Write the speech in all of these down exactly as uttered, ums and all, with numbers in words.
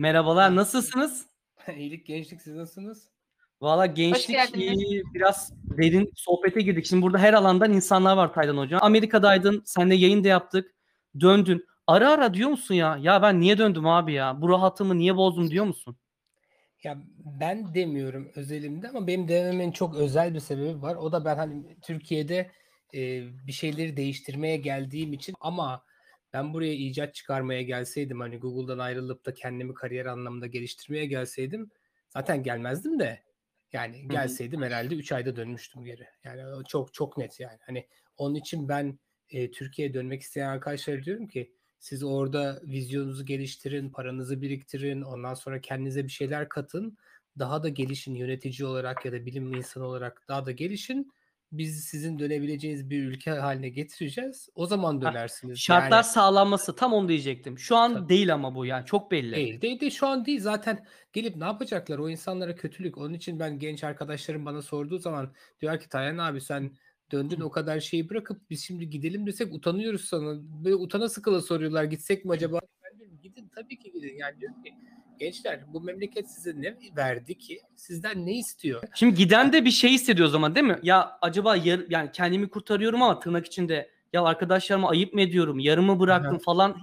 Merhabalar, nasılsınız? İyilik, gençlik, siz nasılsınız? Valla Hoş gençlik, geldiniz. iii, biraz derin sohbete girdik. Şimdi burada her alandan insanlar var Taylan Hocam. Amerika'daydın, seninle yayın da yaptık, döndün. Ara ara diyor musun ya, "Ya ben niye döndüm abi ya, bu rahatımı niye bozdum?" diyor musun? Ya, ben demiyorum özelimde ama benim demememin çok özel bir sebebi var. O da ben, hani, Türkiye'de, eee, bir şeyleri değiştirmeye geldiğim için ama ben buraya icat çıkarmaya gelseydim, hani, Google'dan ayrılıp da kendimi kariyer anlamında geliştirmeye gelseydim zaten gelmezdim de. Yani Hı hı. gelseydim herhâlde üç ayda dönmüştüm geri. Yani o çok çok net yani. Hani, onun için ben, eee, Türkiye'ye dönmek isteyen arkadaşlara diyorum ki, "Siz orada vizyonunuzu geliştirin, paranızı biriktirin, ondan sonra kendinize bir şeyler katın, daha da gelişin yönetici olarak ya da bilim insanı olarak daha da gelişin. Biz sizin dönebileceğiniz bir ülke hâline getireceğiz. O zaman Hah, dönersiniz." şartlar Yani sağlanması, tam onu diyecektim. Şu an Tabii. değil ama bu yani çok belli. Değil, değil, değil. Şu an değil. Zaten gelip ne yapacaklar? O insanlara kötülük. Onun için ben genç arkadaşlarım bana sorduğu zaman diyorlar ki, "Taylan abi sen döndün o kadar şeyi bırakıp biz şimdi gidelim desek utanıyoruz sana." Böyle utana sıkıla soruyorlar, "Gitsek mi acaba?" Ben diyorum, "Gidin, tabii ki gidin." Yani diyorum ki, "Gençler bu memleket size ne verdi ki? Sizden ne istiyor?" Şimdi Ya giden de bir şey hissediyor o zaman değil mi? "Ya acaba yar yani kendimi kurtarıyorum ama tırnak içinde, ya arkadaşlarıma ayıp mı ediyorum, yarım mı Hı hı. bıraktım?" falan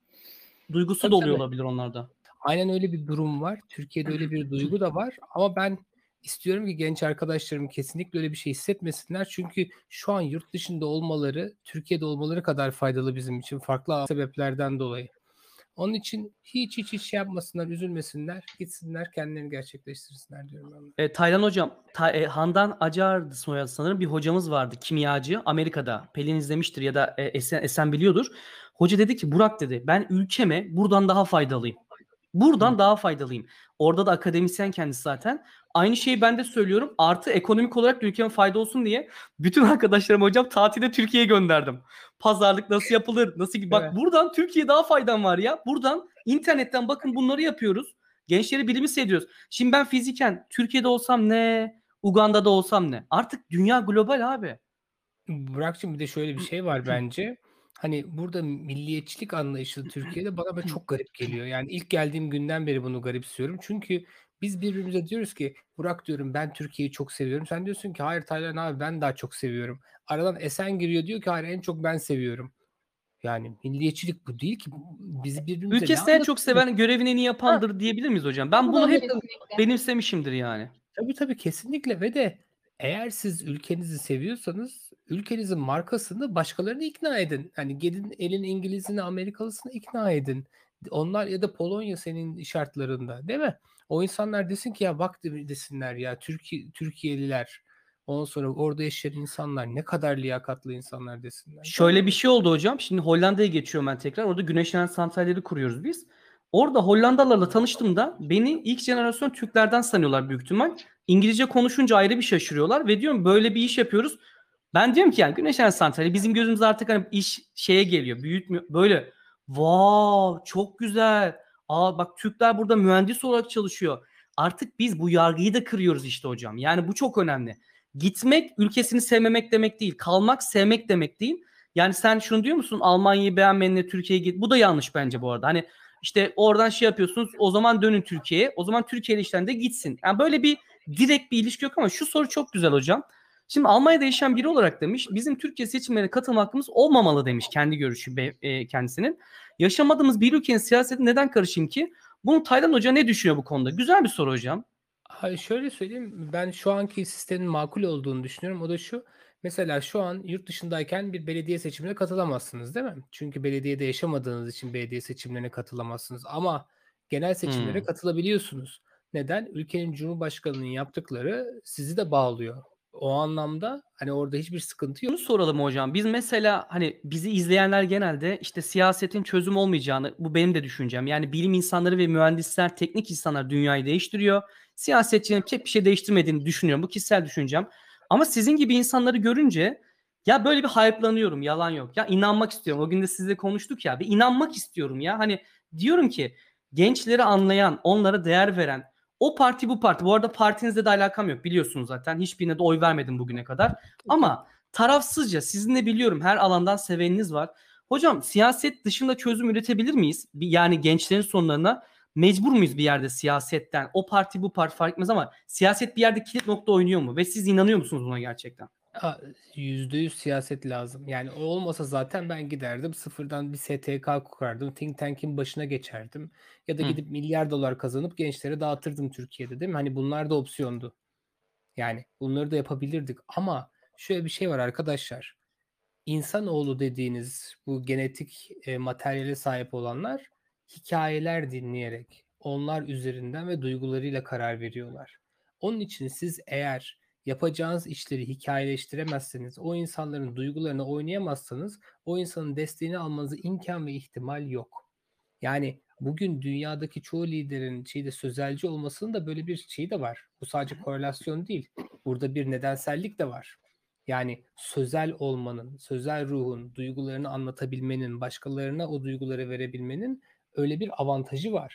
duygusu da Tabii, oluyor tabii. olabilir onlarda. Aynen öyle bir durum var. Türkiye'de öyle bir duygu da var ama ben istiyorum ki genç arkadaşlarım kesinlikle öyle bir şey hissetmesinler. Çünkü şu an yurt dışında olmaları, Türkiye'de olmaları kadar faydalı bizim için farklı sebeplerden dolayı. Onun için hiç, hiç, hiç şey yapmasınlar, üzülmesinler, gitsinler, kendilerini gerçekleştirsinler diyorum ben de. Eee, Taylan Hocam, Ta eee, Handan Acar'dı soyadı sanırım. Bir hocamız vardı, kimyacı, Amerika'da. Pelin izlemiştir ya da, eee, Esen Esen biliyordur. Hoca dedi ki, "Burak" dedi, "Ben ülkeme buradan daha faydalıyım. Hı. Buradan daha faydalıyım." Orada da akademisyen kendisi zaten. Aynı şeyi ben de söylüyorum. Artı ekonomik olarak da ülkeme fayda olsun diye bütün arkadaşlarımı hocam tatilde Türkiye'ye gönderdim. Pazarlık nasıl yapılır? Nasıl gi bak Evet. buradan Türkiye'ye daha faydam var ya. Buradan internetten bakın bunları yapıyoruz. Gençleri bilimi seyrediyoruz. Şimdi ben fiziken Türkiye'de olsam ne, Uganda'da olsam ne? Artık dünya global abi. Burak'cığım bir de şöyle bir şey var bence. Hani burada milliyetçilik anlayışı Türkiye'de bana böyle çok garip geliyor. Yani ilk geldiğim günden beri bunu garipsiyorum. Çünkü biz birbirimize diyoruz ki Burak diyorum ben Türkiye'yi çok seviyorum. Sen diyorsun ki hayır Taylan abi ben daha çok seviyorum. Aradan Esen giriyor diyor ki hayır en çok ben seviyorum. Yani milliyetçilik bu değil ki. Bizi birbirimize ne Ülkesini en çok anlatıyoruz? seven, görevini en iyi Hah, yapandır diyebilir miyiz hocam? Ben bunu bunu hep Kesinlikle. benimsemişimdir yani. Tabii, tabii, kesinlikle ve de eğer siz ülkenizi seviyorsanız ülkenizin markasını başkalarını ikna edin. Hani gidin elin İngiliz'ini, Amerikalısını ikna edin. Onlar ya da Polonya senin şartlarında, değil mi? O insanlar desin ki ya bak de desinler ya Türkiye Türkiyeliler, ondan sonra orada yaşayan insanlar ne kadar liyakatlı insanlar desinler, değil mi? Şöyle bir şey oldu hocam. Şimdi Hollanda'ya geçiyorum ben tekrar. Orada güneş enerji santralleri kuruyoruz biz. Orada Hollandalılarla tanıştığımda beni ilk jenerasyon Türklerden sanıyorlar büyük ihtimal. İngilizce konuşunca ayrı bir şaşırıyorlar ve diyorum böyle bir iş yapıyoruz. Ben diyorum ki yani güneş enerji santrali bizim gözümüzde artık hani iş şeye geliyor. Büyütmüyor. Böyle wow çok güzel. Aa bak Türkler burada mühendis olarak çalışıyor. Artık biz bu yargıyı da kırıyoruz işte hocam. Yani bu çok önemli. Gitmek ülkesini sevmemek demek değil. Kalmak sevmek demek değil. Yani sen şunu diyor musun? Almanya'yı beğenmeyenle Türkiye'ye git. Bu da yanlış bence bu arada. Hani işte oradan şey yapıyorsunuz. O zaman dönün Türkiye'ye. O zaman Türkiye'li işten de gitsin. Yani böyle bir direkt bir ilişki yok ama şu soru çok güzel hocam. Şimdi Almanya'da yaşayan biri olarak demiş, bizim Türkiye seçimlerine katılma hakkımız olmamalı demiş kendi görüşü be, e, kendisinin. Yaşamadığımız bir ülkenin siyasetine neden karışayım ki? Bunu Taylan Hoca ne düşünüyor bu konuda? Güzel bir soru hocam. Hayır, şöyle söyleyeyim, ben şu anki sistemin makul olduğunu düşünüyorum. O da şu, mesela şu an yurt dışındayken bir belediye seçimine katılamazsınız, değil mi? Çünkü belediyede yaşamadığınız için belediye seçimlerine katılamazsınız ama genel seçimlere Hmm. katılabiliyorsunuz. Neden? Ülkenin cumhurbaşkanının yaptıkları sizi de bağlıyor. O anlamda hani orada hiçbir sıkıntı yok. Şunu soralım hocam. Biz mesela hani bizi izleyenler genelde işte siyasetin çözüm olmayacağını, bu benim de düşüncem. Yani bilim insanları ve mühendisler, teknik insanlar dünyayı değiştiriyor. Siyasetçinin pek bir şey değiştirmediğini düşünüyorum. Bu kişisel düşüncem. Ama sizin gibi insanları görünce ya böyle bir hype'lanıyorum. Yalan yok. Ya inanmak istiyorum. O gün de sizle konuştuk ya. Bir inanmak istiyorum ya. Hani diyorum ki gençleri anlayan, onlara değer veren o parti bu parti. Bu arada partinizle de alakam yok. Biliyorsunuz zaten. Hiçbirine de oy vermedim bugüne kadar. Tabii. Ama tarafsızca sizin de biliyorum her alandan seveniniz var. Hocam siyaset dışında çözüm üretebilir miyiz? Bir- Yani gençlerin sorunlarına. Mecbur muyuz bir yerde siyasetten? O parti bu parti fark etmez ama siyaset bir yerde kilit nokta oynuyor mu? Ve siz inanıyor musunuz buna gerçekten? A yüzde yüz siyaset lazım. Yani o olmasa zaten ben giderdim sıfırdan bir S T K kurardım. Think tank'in başına geçerdim. Ya da Hı. gidip milyar dolar kazanıp gençlere dağıtırdım Türkiye'de, değil mi? Hani bunlar da opsiyondu. Yani bunları da yapabilirdik ama şöyle bir şey var arkadaşlar. İnsanoğlu dediğiniz bu genetik, eee, materyale sahip olanlar hikayeler dinleyerek, onlar üzerinden ve duygularıyla karar veriyorlar. Onun için siz eğer yapacağınız işleri hikayeleştiremezseniz, o insanların duygularını oynayamazsanız o insanın desteğini almanıza imkan ve ihtimal yok. Yani bugün dünyadaki çoğu liderin şeyde sözelci olmasının da böyle bir şeyi de var. Bu sadece korelasyon değil. Burada bir nedensellik de var. Yani sözel olmanın, sözel ruhun, duygularını anlatabilmenin, başkalarına o duyguları verebilmenin öyle bir avantajı var.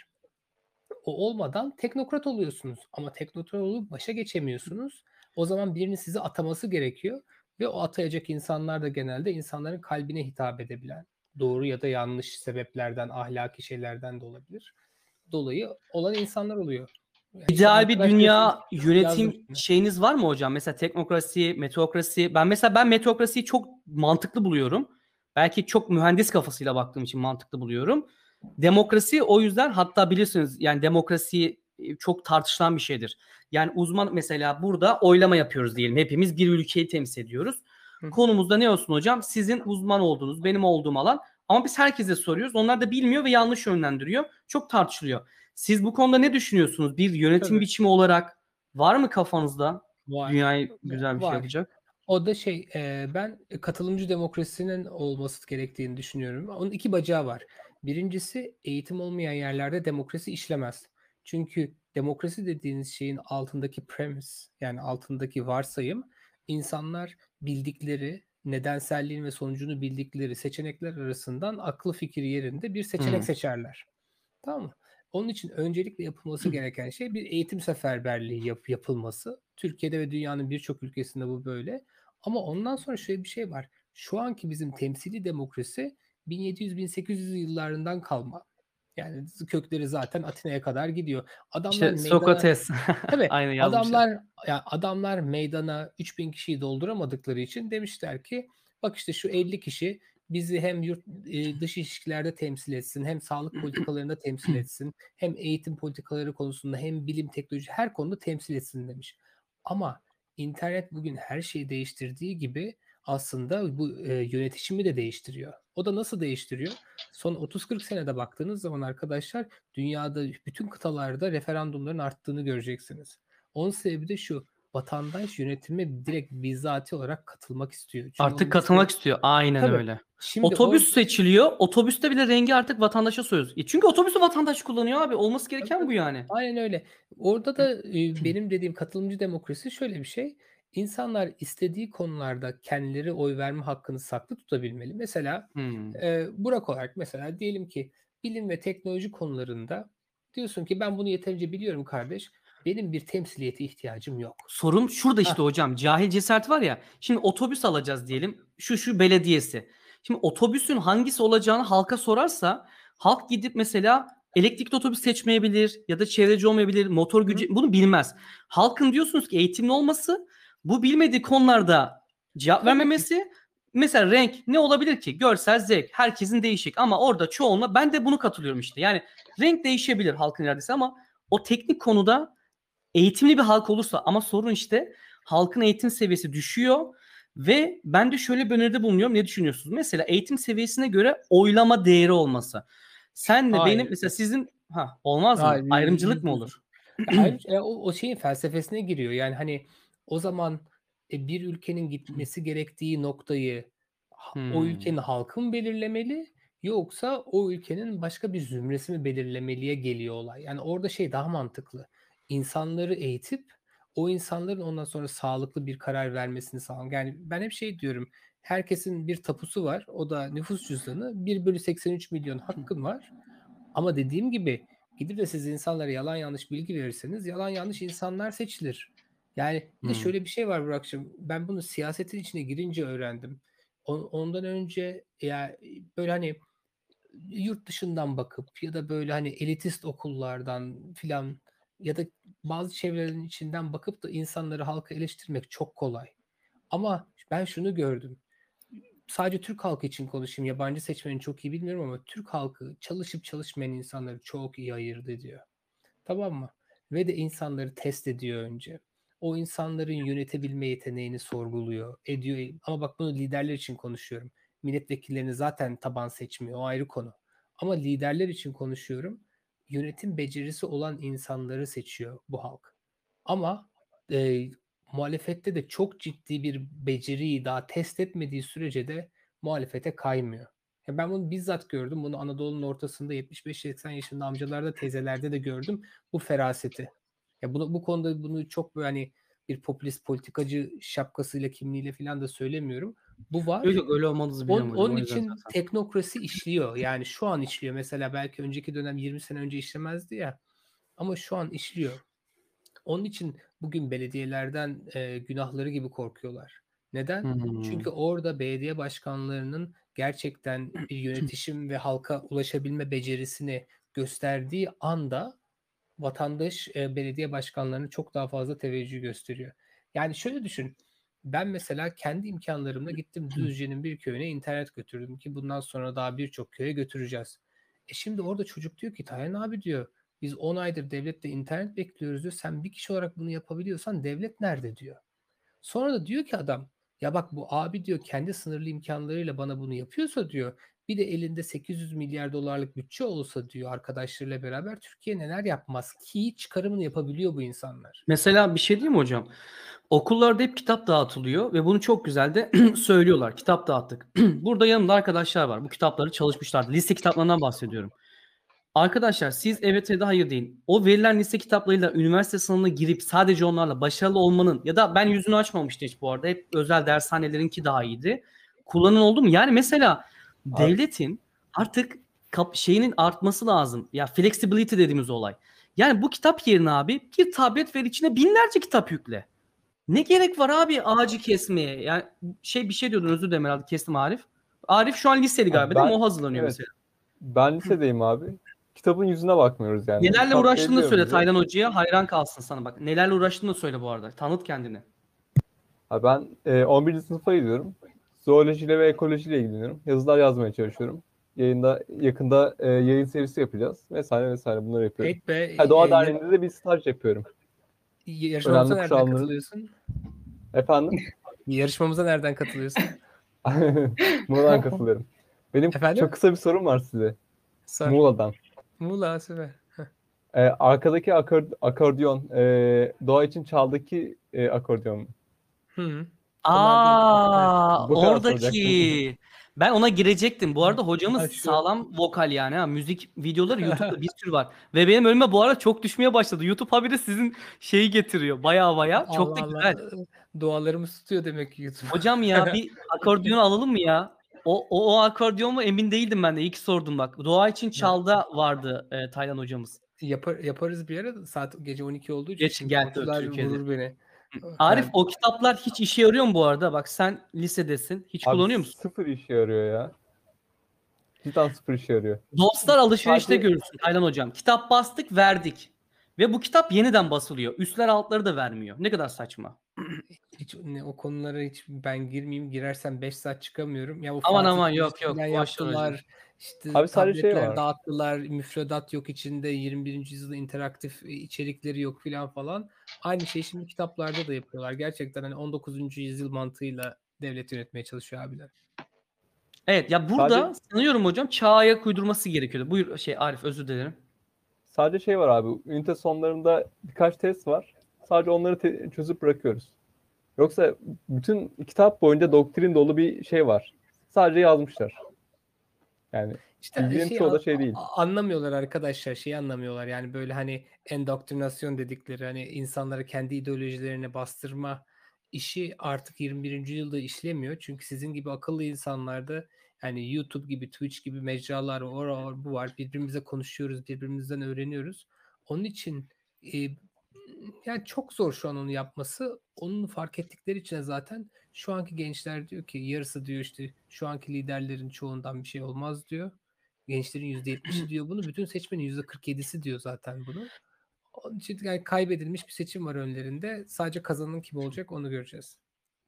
O olmadan teknokrat oluyorsunuz ama teknokrat olup başa geçemiyorsunuz. O zaman birinin sizi ataması gerekiyor ve o atayacak insanlar da genelde insanların kalbine hitap edebilen, doğru ya da yanlış sebeplerden, ahlaki şeylerden de olabilir. Dolayı olan insanlar oluyor. Ya, işte İdeal bir arkadaş da siz dünya yazdım yönetim şimdi. şeyiniz var mı hocam? Mesela teknokrasi, meritokrasi. Ben mesela ben meritokrasiyi çok mantıklı buluyorum. Belki çok mühendis kafasıyla baktığım için mantıklı buluyorum. Demokrasi o yüzden hatta bilirsiniz yani demokrasi e, çok tartışılan bir şeydir. Yani uzman mesela burada oylama yapıyoruz diyelim. Hepimiz bir ülkeyi temsil ediyoruz. Hı. Konumuzda ne olsun hocam? Sizin uzman olduğunuz, benim olduğum alan. Ama biz herkese soruyoruz. Onlar da bilmiyor ve yanlış yönlendiriyor. Çok tartışılıyor. Siz bu konuda ne düşünüyorsunuz? Bir yönetim Tabii. biçimi olarak var mı kafanızda Var. dünyayı güzel bir şey Var. yapacak? O da şey, eee, ben katılımcı demokrasinin olması gerektiğini düşünüyorum. Onun iki bacağı var. Birincisi eğitim olmayan yerlerde demokrasi işlemez. Çünkü demokrasi dediğiniz şeyin altındaki premise, yani altındaki varsayım, insanlar bildikleri, nedenselliğin ve sonucunu bildikleri seçenekler arasından aklı fikir yerinde bir seçenek Hımm. seçerler. Tamam mı? Onun için öncelikle yapılması gereken şey bir eğitim seferberliği yap yapılması. Türkiye'de ve dünyanın birçok ülkesinde bu böyle. Ama ondan sonra şöyle bir şey var. Şu anki bizim temsili demokrasi bin yedi yüz bin sekiz yüz yıllarından kalma. Yani z kökleri zaten Atina'ya kadar gidiyor. Adamlar İşte meydana Sokrates Tabii, aynen yazmışlar. adamlar ya, adamlar meydana üç bin kişiyi dolduramadıkları için demişler ki, "Bak, işte, şu elli kişi bizi hem yurt eee, dış ilişkilerde temsil etsin, hem sağlık politikalarında temsil etsin, hem eğitim politikaları konusunda hem bilim, teknoloji her konuda temsil etsin." demiş. Ama internet bugün her şeyi değiştirdiği gibi aslında bu, eee, yönetişimi de değiştiriyor. O da nasıl değiştiriyor? Son otuz kırk senede baktığınız zaman arkadaşlar dünyada bütün kıtalarda referandumların arttığını göreceksiniz. Onun sebebi de şu: vatandaş yönetime direkt bizzati olarak katılmak istiyor. Çünkü Artık onun bir se katılmak istiyor. Aynen Tabii. öyle. Şimdi Otobüs orada seçiliyor. Otobüste bile rengi artık vatandaşa soruyoruz. E, çünkü otobüsü vatandaş kullanıyor abi. Olması Tabii, gereken bu tabii. yani. Aynen öyle. Orada da, eee, benim dediğim katılımcı demokrasi şöyle bir şey: İnsanlar istediği konularda kendileri oy verme hakkını saklı tutabilmeli. Mesela, Hımm. eee, Burak olarak mesela diyelim ki bilim ve teknoloji konularında diyorsun ki ben bunu yeterince biliyorum kardeş, benim bir temsiliyete ihtiyacım yok. Sorum şurada Hah, işte hocam. Cahil cesaret var ya. Şimdi otobüs alacağız diyelim. Şu şu belediyesi. Şimdi otobüsün hangisi olacağını halka sorarsa halk gidip mesela elektrikli otobüs seçmeyebilir ya da çevreci olmayabilir, motor hı hı, gücü bunu bilmez. Halkın diyorsunuz ki eğitimli olması, bu bilmediği konularda cevap tabii ki. vermemesi. Mesela renk ne olabilir ki? Görsel zevk. Herkesin değişik ama orada çoğunla ben de bunu katılıyorum işte. Yani renk değişebilir halkın iradesi ama o teknik konuda eğitimli bir halk olursa ama sorun işte halkın eğitim seviyesi düşüyor ve ben de şöyle bir öneride bulunuyorum. Ne düşünüyorsunuz? Mesela eğitim seviyesine göre oylama değeri olması. Senle benim Hayır. mesela sizin ha olmaz mı? Hayır, yüz Ayrımcılık mı yüzde yüz. olur? Ya, ayrıca ya, o o şeyin felsefesine giriyor. Yani, hani, o zaman, e, bir ülkenin gitmesi gerektiği noktayı ha o Hımm. ülkenin halkı mı belirlemeli yoksa o ülkenin başka bir zümresi mi belirlemeliye geliyor olay. Yani, orada şey daha mantıklı. İnsanları eğitip o insanların ondan sonra sağlıklı bir karar vermesini sağlamak. Yani, ben hep şey diyorum, herkesin bir tapusu var. O da nüfus cüzdanı. bir bölü seksen üç milyon hakkın var. Ama dediğim gibi gidip de siz insanlara yalan yanlış bilgi verirseniz yalan yanlış insanlar seçilir. Yani bir de Hımm. şöyle bir şey var Burak'cığım, ben bunu siyasetin içine girince öğrendim. On ondan önce ya, böyle, hani, yurt dışından bakıp ya da böyle, hani, elitist okullardan filan ya da bazı çevrelerin içinden bakıp da insanları, halkı eleştirmek çok kolay. Ama ben şunu gördüm. Sadece Türk halkı için konuşayım, yabancı seçmeni çok iyi bilmiyorum ama Türk halkı çalışıp çalışmayan insanları çok iyi ayırt ediyor. Tamam mı? Ve de insanları test ediyor önce. O insanların yönetebilme yeteneğini sorguluyor, ediyor. Ama bak bunu liderler için konuşuyorum. Milletvekillerini zaten taban seçmiyor, o ayrı konu. Ama liderler için konuşuyorum. Yönetim becerisi olan insanları seçiyor bu halk. Ama, eee, muhalefette de çok ciddi bir beceriyi daha test etmediği sürece de muhalefete kaymıyor. Ya, ben bunu bizzat gördüm. Bunu Anadolu'nun ortasında yetmiş beş seksen yaşında amcalarda, teyzelerde de gördüm bu feraseti. Ya, bunu bu konuda bunu çok böyle, hani, bir popülist politikacı şapkasıyla, kimliğiyle filan da söylemiyorum. Bu Yok var. yok öyle olmadığınızı On biliyorum hocam. onun O yüzden için zaten. teknokrasi işliyor. Yani şu an işliyor. Mesela belki önceki dönem yirmi sene önce işlemezdi ya ama şu an işliyor. Onun için bugün belediyelerden, eee, günahları gibi korkuyorlar. Neden? Hımm. Çünkü orada belediye başkanlarının gerçekten bir yönetişim ve halka ulaşabilme becerisini gösterdiği anda vatandaş, eee, belediye başkanlarına çok daha fazla teveccüh gösteriyor. Yani şöyle düşün, ben mesela kendi imkânlarımla gittim Düzce'nin bir köyüne internet götürdüm ki bundan sonra daha birçok köye götüreceğiz. E, şimdi orada çocuk diyor ki "Taylan abi" diyor, "biz on aydır devletle internet bekliyoruz." diyor. "Sen bir kişi olarak bunu yapabiliyorsan devlet nerede?" diyor. Sonra da diyor ki adam, "Ya bak bu abi" diyor, "kendi sınırlı imkânlarıyla bana bunu yapıyorsa" diyor, "bir de elinde sekiz yüz milyar dolarlık bütçe olsa" diyor, "arkadaşlarıyla beraber Türkiye neler yapmaz ki?" çıkarımını yapabiliyor bu insanlar. Mesela bir şey diyeyim mi hocam? Okullarda hep kitap dağıtılıyor ve bunu çok güzel de söylüyorlar. Kitap dağıttık. Burada yanımda arkadaşlar var. Bu kitapları çalışmışlardı. Liste kitaplarından bahsediyorum. Arkadaşlar siz evet ya da hayır deyin. O verilen liste kitaplarıyla üniversite sınavına girip sadece onlarla başarılı olmanın ya da ben yüzünü açmamıştı hiç bu arada. Hep özel dershanelerinki daha iyiydi. Kullanan oldu mu? Yani mesela Abi, devletin artık kap şeyinin artması lazım. Ya flexibility dediğimiz olay. Yani bu kitap yerine abi bir tablet ver içine binlerce kitap yükle. Ne gerek var abi ağacı kesmeye? Yani şey bir şey diyordun özür dilerim herhalde kestim Arif. Arif şu an liseli abi galiba değil mi? ben O hazırlanıyor evet mesela. ben lisedeyim abi. Kitabın yüzüne bakmıyoruz yani. Nelerle Kitap uğraştığını veriliyor söyle bize. Taylan Hoca'ya hayran kalsın sana bak. Nelerle uğraştığını da söyle bu arada. Tanıt kendini. Abi ben e, on birinci sınıfa gidiyorum. Zoolojiyle ve ekolojiyle ilgileniyorum. Yazılar yazmaya çalışıyorum. Yayında yakında e, yayın serisi yapacağız. Vesaire vesaire bunları yapıyorum. Peki be, Ha, Doğa eee, ya Derneği'nde de bir staj yapıyorum. yarışmamıza Önemli nereden kuşağımların. katılıyorsun? Efendim? Yarışmamıza nereden katılıyorsun? Muğla'dan katılıyorum. Benim çok Efendim? kısa bir sorum var size. Sor. Muğla'dan. Muğla, süper. Heh. E, arkadaki akor- akordeon e, Doğa için çaldaki e, akordeon mu? Hı hı. Kullandığım evet. Aa, Bu kadar soracaktım. oradaki. Ben ona girecektim. Bu arada hocamız Ha, şu sağlam vokal yani ha. Müzik videoları YouTube'da bir sürü var. Ve benim önüme bu arada çok düşmeye başladı. YouTube haberi sizin şeyi getiriyor. Baya baya. Çok Allah da Allah, güzel. dualarımız tutuyor demek ki YouTube. Hocam ya bir akordeon alalım mı ya? O, o, o akordeon mu emin değildim ben de. İyi ki sordum bak. Doğa için Ya, çalda vardı e, Taylan hocamız. yapar yaparız bir ara da saat gece on iki olduğu için Geç şimdi gel tabii komşular Türkiye'de. vurur beni. Arif Yani o kitaplar hiç işe yarıyor mu bu arada? Bak sen lisedesin. Hiç Abi kullanıyor musun? sıfır işe yarıyor ya. Cidden sıfır işe yarıyor. Dostlar alışverişte Sadece görürsün Taylan hocam. Kitap bastık verdik. Ve bu kitap yeniden basılıyor. Üstler altları da vermiyor. Ne kadar saçma. hiç ne, o konulara hiç ben girmeyeyim. Girersem beş saat çıkamıyorum. Ya o Aman Fatih aman dizisi yok yok. falan Boş ver hocam. yaptılar. İşte abi sadece şey tabletler var. dağıttılar. Müfredat yok içinde. yirmi birinci yüzyılda interaktif e, içerikleri yok filan falan. Aynı şeyi şimdi kitaplarda da yapıyorlar. Gerçekten hani on dokuzuncu yüzyıl mantığıyla devlet yönetmeye çalışıyor abiler. Evet ya Sadece burada sanıyorum hocam çağa ayak uydurması gerekiyordu. Buyur şey Arif özür dilerim. sadece şey var abi. Ünite sonlarında birkaç test var. Sadece onları te- çözüp bırakıyoruz. Yoksa bütün kitap boyunca doktrin dolu bir şey var. Sadece yazmışlar. Yani İşte bilginin şey çoğu a- da şey değil. a- anlamıyorlar arkadaşlar, şeyi anlamıyorlar. Yani böyle hani endoktrinasyon dedikleri hani insanlara kendi ideolojilerini bastırma işi artık yirmi birinci yüzyılda işlemiyor. Çünkü sizin gibi akıllı insanlarda yani YouTube gibi, Twitch gibi mecralar var, o var, bu var. Birbirimize konuşuyoruz, birbirimizden öğreniyoruz. Onun için e, yani çok zor şu an onu yapması. Onu fark ettikleri için de zaten şu anki gençler diyor ki yarısı diyor işte şu anki liderlerin çoğundan bir şey olmaz diyor. Gençlerin yüzde yetmişi diyor bunu. Bütün seçmenin yüzde kırk yedisi diyor zaten bunu. Onun için yani kaybedilmiş bir seçim var önlerinde. Sadece kazanan kim olacak onu göreceğiz.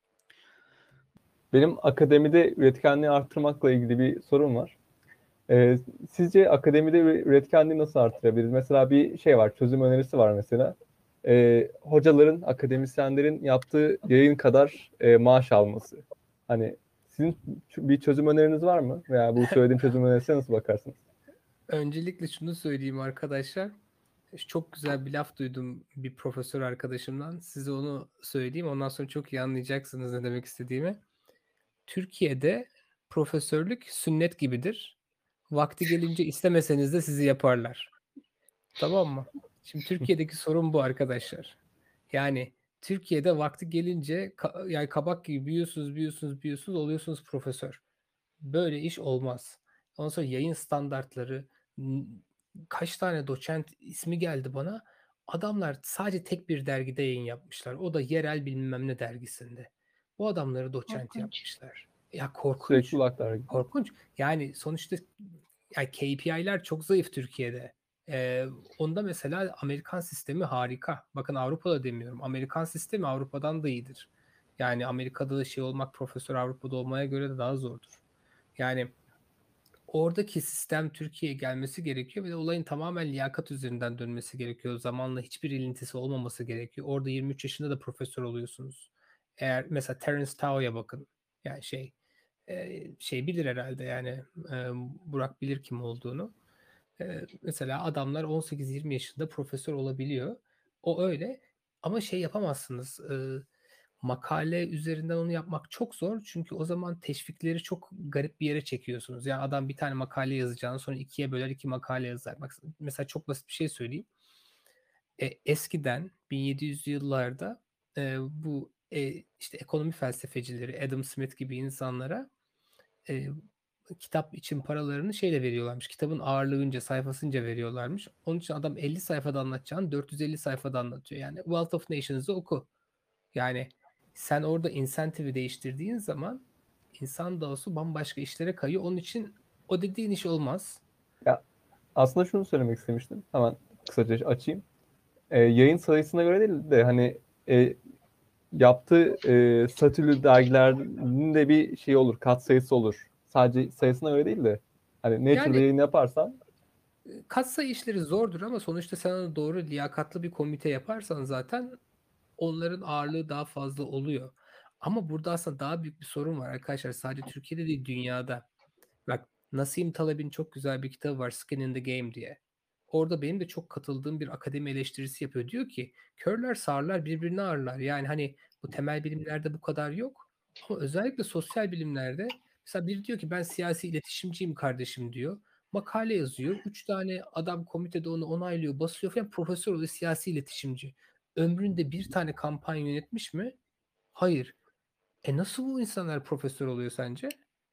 Benim akademide üretkenliği arttırmakla ilgili bir sorum var. Ee, sizce akademide üretkenliği nasıl arttırabiliriz? Mesela bir şey var, çözüm önerisi var mesela. Ee, hocaların, akademisyenlerin yaptığı yayın kadar e, maaş alması. Hani sizin bir çözüm öneriniz var mı? Veya bu söylediğim çözüm önerisine nasıl bakarsınız? Öncelikle şunu söyleyeyim arkadaşlar. Çok güzel bir laf duydum bir profesör arkadaşımdan. Size onu söyleyeyim. Ondan sonra çok iyi anlayacaksınız ne demek istediğimi. Türkiye'de profesörlük sünnet gibidir. Vakti gelince istemeseniz de sizi yaparlar. Tamam mı? Şimdi Türkiye'deki sorun bu arkadaşlar. Yani Türkiye'de vakti gelince ka- yani kabak gibi büyüyorsunuz, büyüyorsunuz, büyüyorsunuz, oluyorsunuz profesör. Böyle iş olmaz. Ondan sonra yayın standartları, n- kaç tane doçent ismi geldi bana. Adamlar sadece tek bir dergide yayın yapmışlar. O da yerel bilmem ne dergisinde. Bu adamları doçent Korkunç. yapmışlar. Ya Sürekli korkunç. kulaklar gibi. Korkunç. Yani sonuçta yani K P I'ler çok zayıf Türkiye'de. Ee, onda mesela Amerikan sistemi harika. Bakın Avrupa'da demiyorum. Amerikan sistemi Avrupa'dan da iyidir. Yani Amerika'da da şey olmak profesör Avrupa'da olmaya göre de daha zordur. Yani oradaki sistem Türkiye'ye gelmesi gerekiyor ve de olayın tamamen liyakat üzerinden dönmesi gerekiyor. Zamanla hiçbir ilintisi olmaması gerekiyor. Orada yirmi üç yaşında da profesör oluyorsunuz. Eğer mesela Terence Tao'ya bakın. Yani şey e, şey bilir herhalde yani e, Burak bilir kim olduğunu. E, mesela adamlar on sekiz yirmi yaşında profesör olabiliyor. O öyle ama şey yapamazsınız. E, makale üzerinden onu yapmak çok zor. Çünkü o zaman teşvikleri çok garip bir yere çekiyorsunuz. Yani adam bir tane makale yazacağını sonra ikiye böler iki makale yazar. Bak, mesela çok basit bir şey söyleyeyim. E, eskiden bin yedi yüzlü yıllarda e, bu e, işte ekonomi felsefecileri Adam Smith gibi insanlara e, kitap için paralarını şeyle veriyorlarmış. Kitabın ağırlığınca, sayfasınca veriyorlarmış. Onun için adam elli sayfada anlatacağını dört yüz elli sayfada anlatıyor. Yani Wealth of Nations'ı oku. Yani sen orada incentive'i değiştirdiğin zaman insan doğası bambaşka işlere kayıyor. Onun için o dediğin iş olmaz. Ya aslında şunu söylemek istemiştim. Hemen kısaca açayım. Ee, yayın sayısına göre değil de hani e, yaptığı e, statülü dergilerin de bir şey olur, kat sayısı olur. Sadece sayısına göre değil de hani Nature'da Yani yayın yaparsan katsayı işleri zordur ama sonuçta sen onu doğru liyakatlı bir komite yaparsan zaten onların ağırlığı daha fazla oluyor. Ama burada aslında daha büyük bir sorun var arkadaşlar. Sadece Türkiye'de değil dünyada. Bak Nassim Taleb'in çok güzel bir kitabı var Skin in the Game diye. Orada benim de çok katıldığım bir akademi eleştirisi yapıyor. Diyor ki körler sağırlar birbirini ağırlar. Yani hani bu temel bilimlerde bu kadar yok. Ama özellikle sosyal bilimlerde mesela biri diyor ki ben siyasi iletişimciyim kardeşim diyor. Makale yazıyor. Üç tane adam komitede onu onaylıyor, basıyor falan. Profesör oluyor, siyasi iletişimci. Ömründe bir tane kampanya yönetmiş mi? Hayır. E nasıl bu insanlar profesör oluyor sence?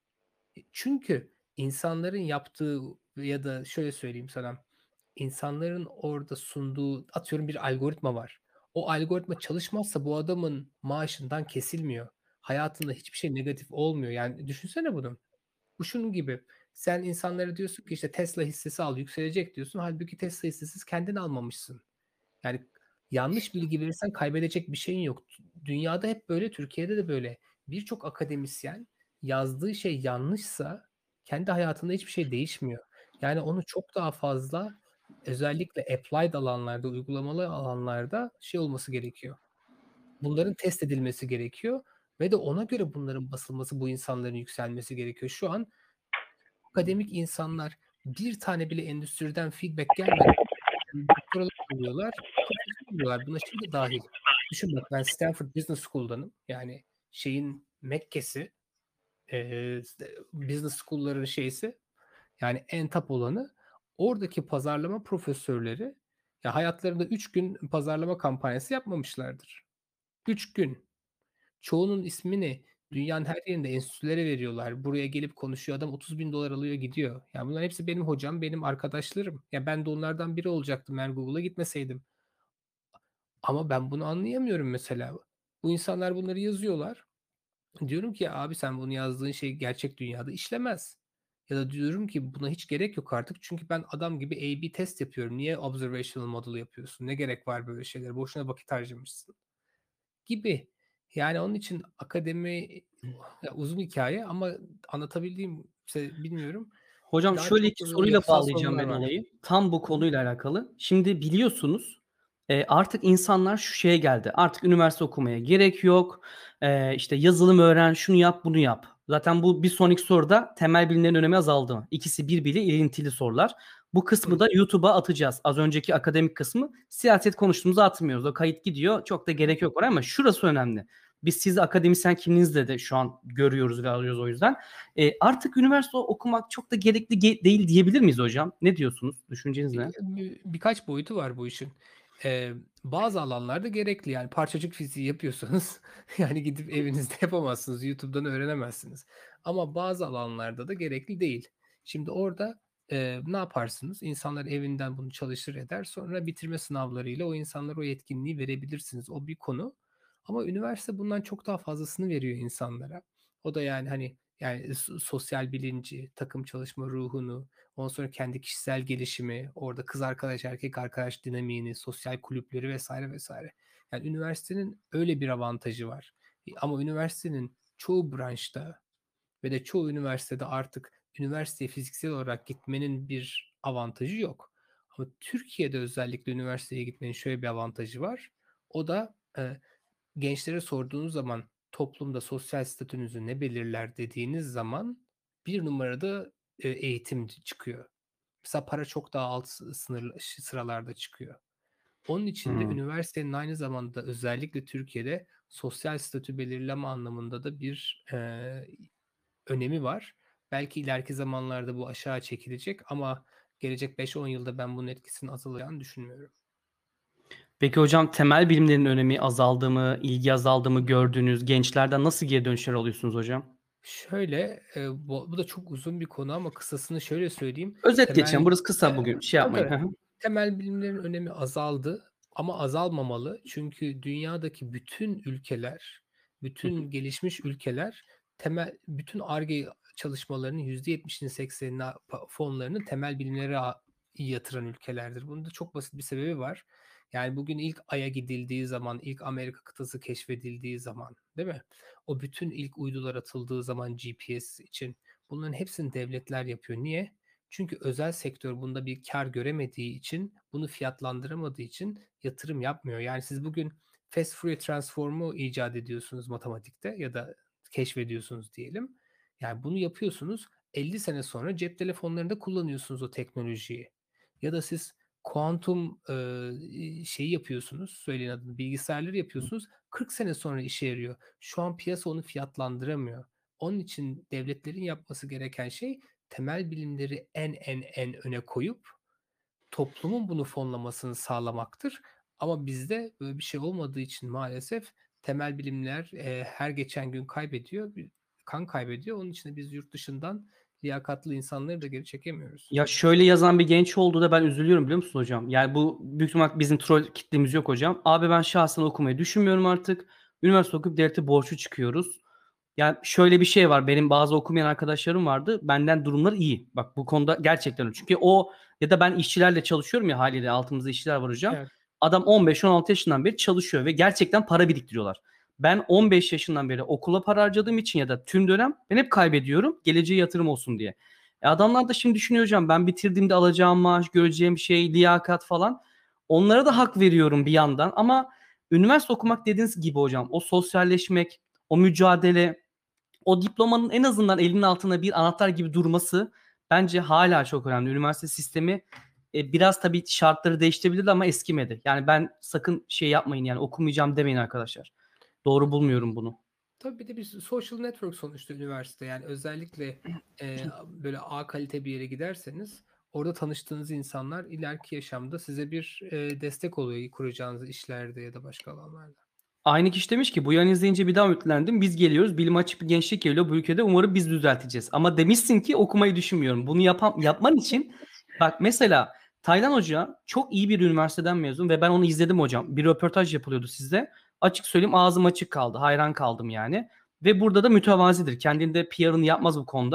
Çünkü insanların yaptığı ya da şöyle söyleyeyim sana, insanların orada sunduğu atıyorum bir algoritma var. O algoritma çalışmazsa bu adamın maaşından kesilmiyor. Hayatında hiçbir şey negatif olmuyor. Yani düşünsene bunu. Bu şunun gibi. Sen insanlara diyorsun ki işte Tesla hissesi al yükselecek diyorsun. Halbuki Tesla hissesi kendin almamışsın. Yani yanlış bilgi verirsen kaybedecek bir şeyin yok. Dünyada hep böyle, Türkiye'de de böyle. Birçok akademisyen yazdığı şey yanlışsa kendi hayatında hiçbir şey değişmiyor. Yani onu çok daha fazla özellikle applied alanlarda, uygulamalı alanlarda şey olması gerekiyor. Bunların test edilmesi gerekiyor ve de ona göre bunların basılması, bu insanların yükselmesi gerekiyor. Şu an akademik insanlar bir tane bile endüstriden feedback gelmeden doktoralar alıyorlar, profesör oluyorlar. Buna şey de dahil. Düşün bak ben Stanford Business School'danım. Yani şeyin Mekke'si, e, business school'ların şeysi, yani en top olanı. Oradaki pazarlama profesörleri ya hayatlarında üç gün pazarlama kampanyası yapmamışlardır. Üç gün. Çoğunun ismini dünyanın her yerinde enstitülere veriyorlar. Buraya gelip konuşuyor. Adam otuz bin dolar alıyor gidiyor. Yani bunlar hepsi benim hocam, benim arkadaşlarım. Ya ben de onlardan biri olacaktım eğer Google'a gitmeseydim. Ama ben bunu anlayamıyorum mesela. Bu insanlar bunları yazıyorlar. Diyorum ki abi sen bunu yazdığın şey gerçek dünyada işlemez. Ya da diyorum ki buna hiç gerek yok artık. Çünkü ben adam gibi A B test yapıyorum. Niye observational model yapıyorsun? Ne gerek var böyle şeylere? Boşuna vakit harcamışsın gibi. Yani onun için akademi ya uzun hikaye ama anlatabildiğimse bilmiyorum. Hocam Daha şöyle çok iki da böyle soruyla yapısal bağlayacağım sorunlar ben var. olayı. Tam bu Hı hı. konuyla alakalı. Şimdi biliyorsunuz e, artık insanlar şu şeye geldi. Artık üniversite okumaya gerek yok. E, işte yazılım öğren, şunu yap, bunu yap. Zaten bu bir sonraki soruda temel bilimlerin önemi azaldı. İkisi birbiriyle ilintili sorular. Bu kısmı Hı. da YouTube'a atacağız. Az önceki akademik kısmı siyaset konuştuğumuzu atmıyoruz. O kayıt gidiyor. Çok da gerek yok oraya ama şurası önemli. Biz sizi akademisyen kimliğinizle de şu an görüyoruz ve alıyoruz o yüzden. E, artık üniversite okumak çok da gerekli ge- değil diyebilir miyiz hocam? Ne diyorsunuz? Düşünceniz ne? Bir- birkaç boyutu var bu işin. Ee, bazı alanlarda gerekli. Yani parçacık fiziği yapıyorsanız yani gidip evinizde yapamazsınız. YouTube'dan öğrenemezsiniz. Ama bazı alanlarda da gerekli değil. Şimdi orada e, ne yaparsınız? İnsanlar evinden bunu çalışır eder. Sonra bitirme sınavlarıyla o insanlara o yetkinliği verebilirsiniz. O bir konu. Ama üniversite bundan çok daha fazlasını veriyor insanlara. O da yani hani yani s- sosyal bilinci, takım çalışma ruhunu, ondan sonra kendi kişisel gelişimi, orada kız arkadaş, erkek arkadaş dinamiğini, sosyal kulüpleri vesaire vesaire. Yani üniversitenin öyle bir avantajı var. E, Ama üniversitenin çoğu branşta ve de çoğu üniversitede artık üniversiteye fiziksel olarak gitmenin bir avantajı yok. Ama Türkiye'de özellikle üniversiteye gitmenin şöyle bir avantajı var. O da e, gençlere sorduğunuz zaman toplumda sosyal statünüzü ne belirler dediğiniz zaman bir numarada e, eğitim çıkıyor. Mesela para çok daha alt sınır sıralarda çıkıyor. Onun için de Hmm. üniversitenin aynı zamanda özellikle Türkiye'de sosyal statü belirleme anlamında da bir e, önemi var. Belki ileriki zamanlarda bu aşağı çekilecek ama gelecek beş on yılda ben bunun etkisinin azalacağını düşünmüyorum. Peki hocam temel bilimlerin önemi azaldı mı, ilgi azaldı mı gördüğünüz gençlerden nasıl geri dönüşler alıyorsunuz hocam? Şöyle, e, bu, bu da çok uzun bir konu ama kısasını şöyle söyleyeyim. Özet geçelim. Temel Burası kısa e, bugün. Şey tabii yapmayın. tabii. Hı hı. Temel bilimlerin önemi azaldı ama azalmamalı. Çünkü dünyadaki bütün ülkeler, Hı hı. bütün gelişmiş ülkeler temel bütün Ar-Ge çalışmalarının yüzde yetmişini seksenini pa- fonlarını temel bilimlere a- yatıran ülkelerdir. Bunun da çok basit bir sebebi var. Yani bugün ilk Ay'a gidildiği zaman, ilk Amerika kıtası keşfedildiği zaman, değil mi? O bütün ilk uydular atıldığı zaman G P S için bunların hepsini devletler yapıyor. Niye? Çünkü özel sektör bunda bir kar göremediği için, bunu fiyatlandıramadığı için yatırım yapmıyor. Yani siz bugün fast Fourier transformu icat ediyorsunuz matematikte ya da keşfediyorsunuz diyelim. Yani bunu yapıyorsunuz. elli sene sonra cep telefonlarında kullanıyorsunuz o teknolojiyi. Ya da siz kuantum e, şeyi yapıyorsunuz, söyleyin adını, bilgisayarları yapıyorsunuz. kırk sene sonra işe yarıyor. Şu an piyasa onu fiyatlandıramıyor. Onun için devletlerin yapması gereken şey temel bilimleri en en en öne koyup toplumun bunu fonlamasını sağlamaktır. Ama bizde böyle bir şey olmadığı için maalesef temel bilimler e, her geçen gün kaybediyor, bir- kan kaybediyor. Onun için de biz yurt dışından liyakatlı insanları da geri çekemiyoruz. Ya şöyle yazan bir genç oldu da ben üzülüyorum biliyor musun hocam? Yani bu büyük ihtimal bizim troll kitlemiz yok hocam. Abi ben şahsen okumayı düşünmüyorum artık. Üniversite okuyup devlete borçlu çıkıyoruz. Yani şöyle bir şey var. Benim bazı okumayan arkadaşlarım vardı. Benden durumları iyi. Bak bu konuda gerçekten öyle. Çünkü o ya da ben işçilerle çalışıyorum ya haliyle altımızda işçiler var hocam. Evet. Adam on beş on altı yaşından beri çalışıyor ve gerçekten para biriktiriyorlar. Ben on beş yaşından beri okula para harcadığım için ya da tüm dönem ben hep kaybediyorum. Geleceğe yatırım olsun diye. E adamlar da şimdi düşünüyor hocam ben bitirdiğimde alacağım maaş, göreceğim şey, liyakat falan. Onlara da hak veriyorum bir yandan ama üniversite okumak dediğiniz gibi hocam o sosyalleşmek, o mücadele, o diplomanın en azından elinin altında bir anahtar gibi durması bence hala çok önemli. Üniversite sistemi e, biraz tabii şartları değiştirebilir ama eskimedi. Yani ben sakın şey yapmayın yani okumayacağım demeyin arkadaşlar. Doğru bulmuyorum bunu. Tabii bir de bir social network sonuçta üniversite. Yani özellikle e, böyle A kalite bir yere giderseniz orada tanıştığınız insanlar ileriki yaşamda size bir e, destek oluyor kuracağınız işlerde ya da başka alanlarda. Aynı kişi demiş ki bu yayını izleyince bir daha ümitlendim. Biz geliyoruz. Bilim açık bir gençlik geliyor bu ülkede. Umarım biz düzelteceğiz. Ama demişsin ki okumayı düşünmüyorum. Bunu yapan, yapman için bak mesela Taylan Hoca çok iyi bir üniversiteden mezun ve ben onu izledim hocam. Bir röportaj yapılıyordu sizde. Açık söyleyeyim ağzım açık kaldı. Hayran kaldım yani. Ve burada da mütevazidir. Kendinde P R'ını yapmaz bu konuda.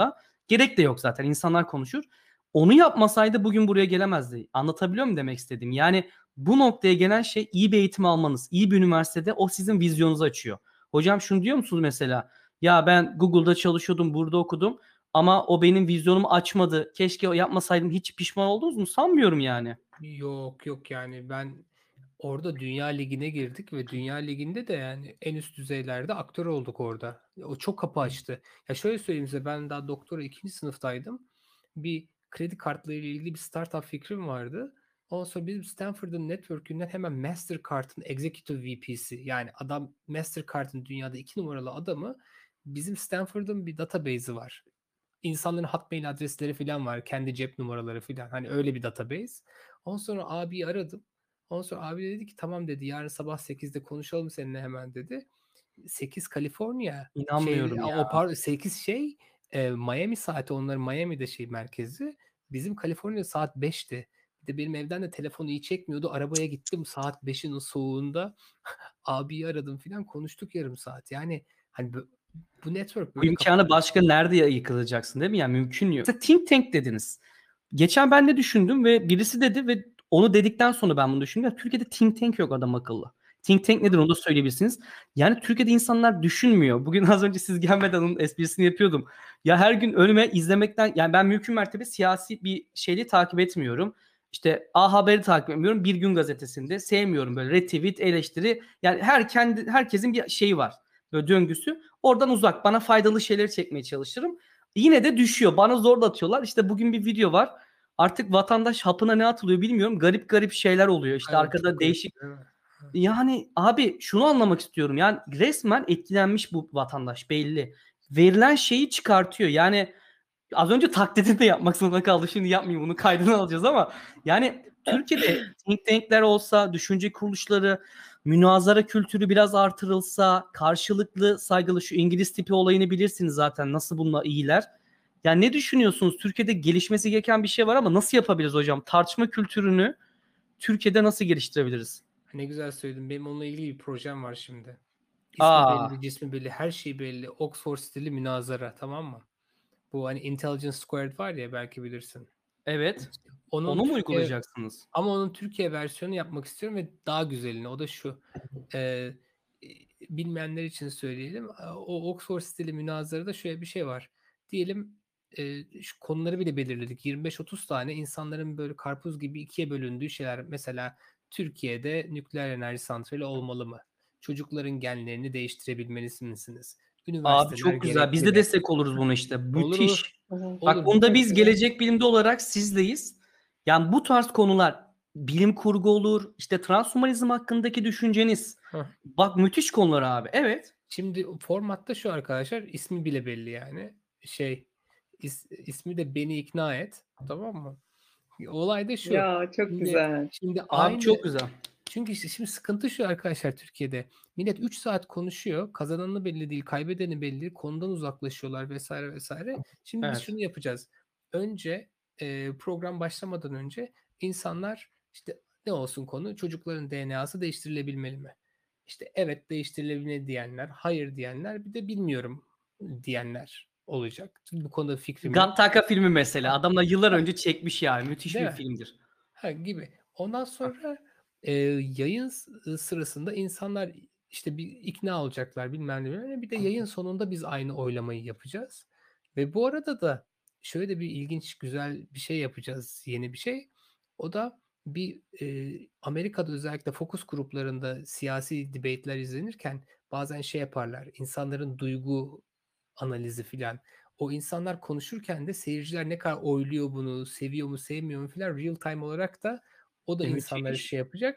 Gerek de yok zaten. İnsanlar konuşur. Onu yapmasaydı bugün buraya gelemezdi. Anlatabiliyor muyum demek istediğim? Yani bu noktaya gelen şey iyi bir eğitim almanız. İyi bir üniversitede o sizin vizyonunuzu açıyor. Hocam şunu diyor musunuz mesela? Ya ben Google'da çalışıyordum, burada okudum ama o benim vizyonumu açmadı. Keşke o yapmasaydım. Hiç pişman oldunuz mu? Sanmıyorum yani. Yok yok yani ben orada Dünya Ligi'ne girdik ve Dünya Ligi'nde de yani en üst düzeylerde aktör olduk orada. O çok kapı açtı. Ya şöyle söyleyeyim size, ben daha doktora ikinci sınıftaydım. Bir kredi kartlarıyla ilgili bir startup fikrim vardı. Ondan sonra bizim Stanford'ın network'ünden hemen Mastercard'ın Executive V P'si, yani adam Mastercard'ın dünyada iki numaralı adamı, bizim Stanford'ın bir database'i var. İnsanların Hotmail adresleri falan var. Kendi cep numaraları falan. Hani öyle bir database. Ondan sonra abiyi aradım. Ondan sonra abi dedi ki tamam dedi, yarın sabah sekizde konuşalım seninle hemen dedi. sekiz Kaliforniya şey, İnanmıyorum ya. o pardon sekiz şey e, Miami saati, onların Miami'de şey merkezi. Bizim Kaliforniya saat beşti. Bir de benim evden de telefonu iyi çekmiyordu. Arabaya gittim saat beşin o soğuğunda. Abiyi aradım falan, konuştuk yarım saat. Yani hani bu, bu network Bu böyle imkanı kapanıyor. başka nerede yıkılacaksın değil mi? Yani mümkün yok. Mesela think tank dediniz. Geçen ben de düşündüm ve birisi dedi ve onu dedikten sonra ben bunu düşündüm. Ya Türkiye'de think tank yok adam akıllı. Think tank nedir onu da söyleyebilirsiniz. Yani Türkiye'de insanlar düşünmüyor. Bugün az önce siz gelmeden onun esprisini yapıyordum. Ya her gün önüme izlemekten, yani ben mümkün mertebe siyasi bir şeyi takip etmiyorum. İşte A Haber'i takip etmiyorum. Bir Gün Gazetesi'nde sevmiyorum böyle retweet, eleştiri. Yani her kendi herkesin bir şeyi var. Böyle döngüsü. Oradan uzak. Bana faydalı şeyleri çekmeye çalışırım. Yine de düşüyor. Bana zorla atıyorlar. İşte bugün bir video var. Artık vatandaş hapına ne atılıyor bilmiyorum. Garip garip şeyler oluyor. İşte Evet, arkada çok değişik. garip, değil mi? Yani abi şunu anlamak istiyorum. Yani resmen etkilenmiş bu vatandaş belli. Verilen şeyi çıkartıyor. Yani az önce taklidini de yapmak zorunda kaldı. Şimdi yapmayayım, bunu kaydını alacağız ama yani Türkiye'de think tank'ler olsa, düşünce kuruluşları, münazara kültürü biraz artırılsa, karşılıklı saygılı, şu İngiliz tipi olayını bilirsiniz zaten, nasıl bununla iyiler. Yani ne düşünüyorsunuz? Türkiye'de gelişmesi gereken bir şey var ama nasıl yapabiliriz hocam? Tartışma kültürünü Türkiye'de nasıl geliştirebiliriz? Ne güzel söyledin. Benim onunla ilgili bir projem var şimdi. İsmi Aa, belli, cismi belli, her şey belli. Oxford stili münazara, tamam mı? Bu hani Intelligence Squared var ya, belki bilirsin. evet. Onun Onu mu Türkiye uygulayacaksınız? ama onun Türkiye versiyonu yapmak istiyorum ve daha güzelini. O da şu. E, bilmeyenler için söyleyelim. O Oxford stili münazarada şöyle bir şey var. Diyelim e, şu konuları bile belirledik. yirmi beş otuz tane insanların böyle karpuz gibi ikiye bölündüğü şeyler. Mesela Türkiye'de nükleer enerji santrali olmalı mı? Çocukların genlerini değiştirebilmeli misiniz? Abi Üniversiteler çok güzel. Biz gerekli de mi? destek oluruz buna işte. Olur olur. Müthiş. Bak Olur. bunda Birkaç biz tane. gelecek bilimde olarak sizdeyiz. Yani bu tarz konular, bilim kurgu olur, işte transhumanizm hakkındaki düşünceniz. Hah. Bak müthiş konular abi. Evet. Şimdi formatta şu arkadaşlar, ismi bile belli yani. Şey is, ismi de Beni ikna Et. Tamam mı? Olay da şu. Ya çok Şimdi, güzel. şimdi Abi aynı, çok güzel. çünkü işte şimdi sıkıntı şu arkadaşlar Türkiye'de. Millet üç saat konuşuyor. Kazananı belli değil, kaybedeni belli değil. Konudan uzaklaşıyorlar vesaire vesaire. Şimdi biz Evet. şunu yapacağız. Önce e, program başlamadan önce insanlar işte ne olsun konu? Çocukların D N A'sı değiştirilebilmeli mi? İşte evet değiştirilebilir diyenler, hayır diyenler, bir de bilmiyorum diyenler olacak. Bu konuda fikrim yok. Gattaca filmi mesela. Ha, Adamlar yıllar ha, önce çekmiş yani. Müthiş değil bir mi? filmdir. Ha, gibi. Ondan sonra e, yayın s- sırasında insanlar işte bir ikna olacaklar bilmem ne. bilmem ne. Bir de yayın sonunda biz aynı oylamayı yapacağız. Ve bu arada da şöyle bir ilginç, güzel bir şey yapacağız. Yeni bir şey. O da bir e, Amerika'da özellikle fokus gruplarında siyasi debate'ler izlenirken bazen şey yaparlar. İnsanların duygu analizi filan. O insanlar konuşurken de seyirciler ne kadar oyluyor bunu, seviyor mu, sevmiyor mu filan, real time olarak da o da E, insanları müthiş. şey yapacak.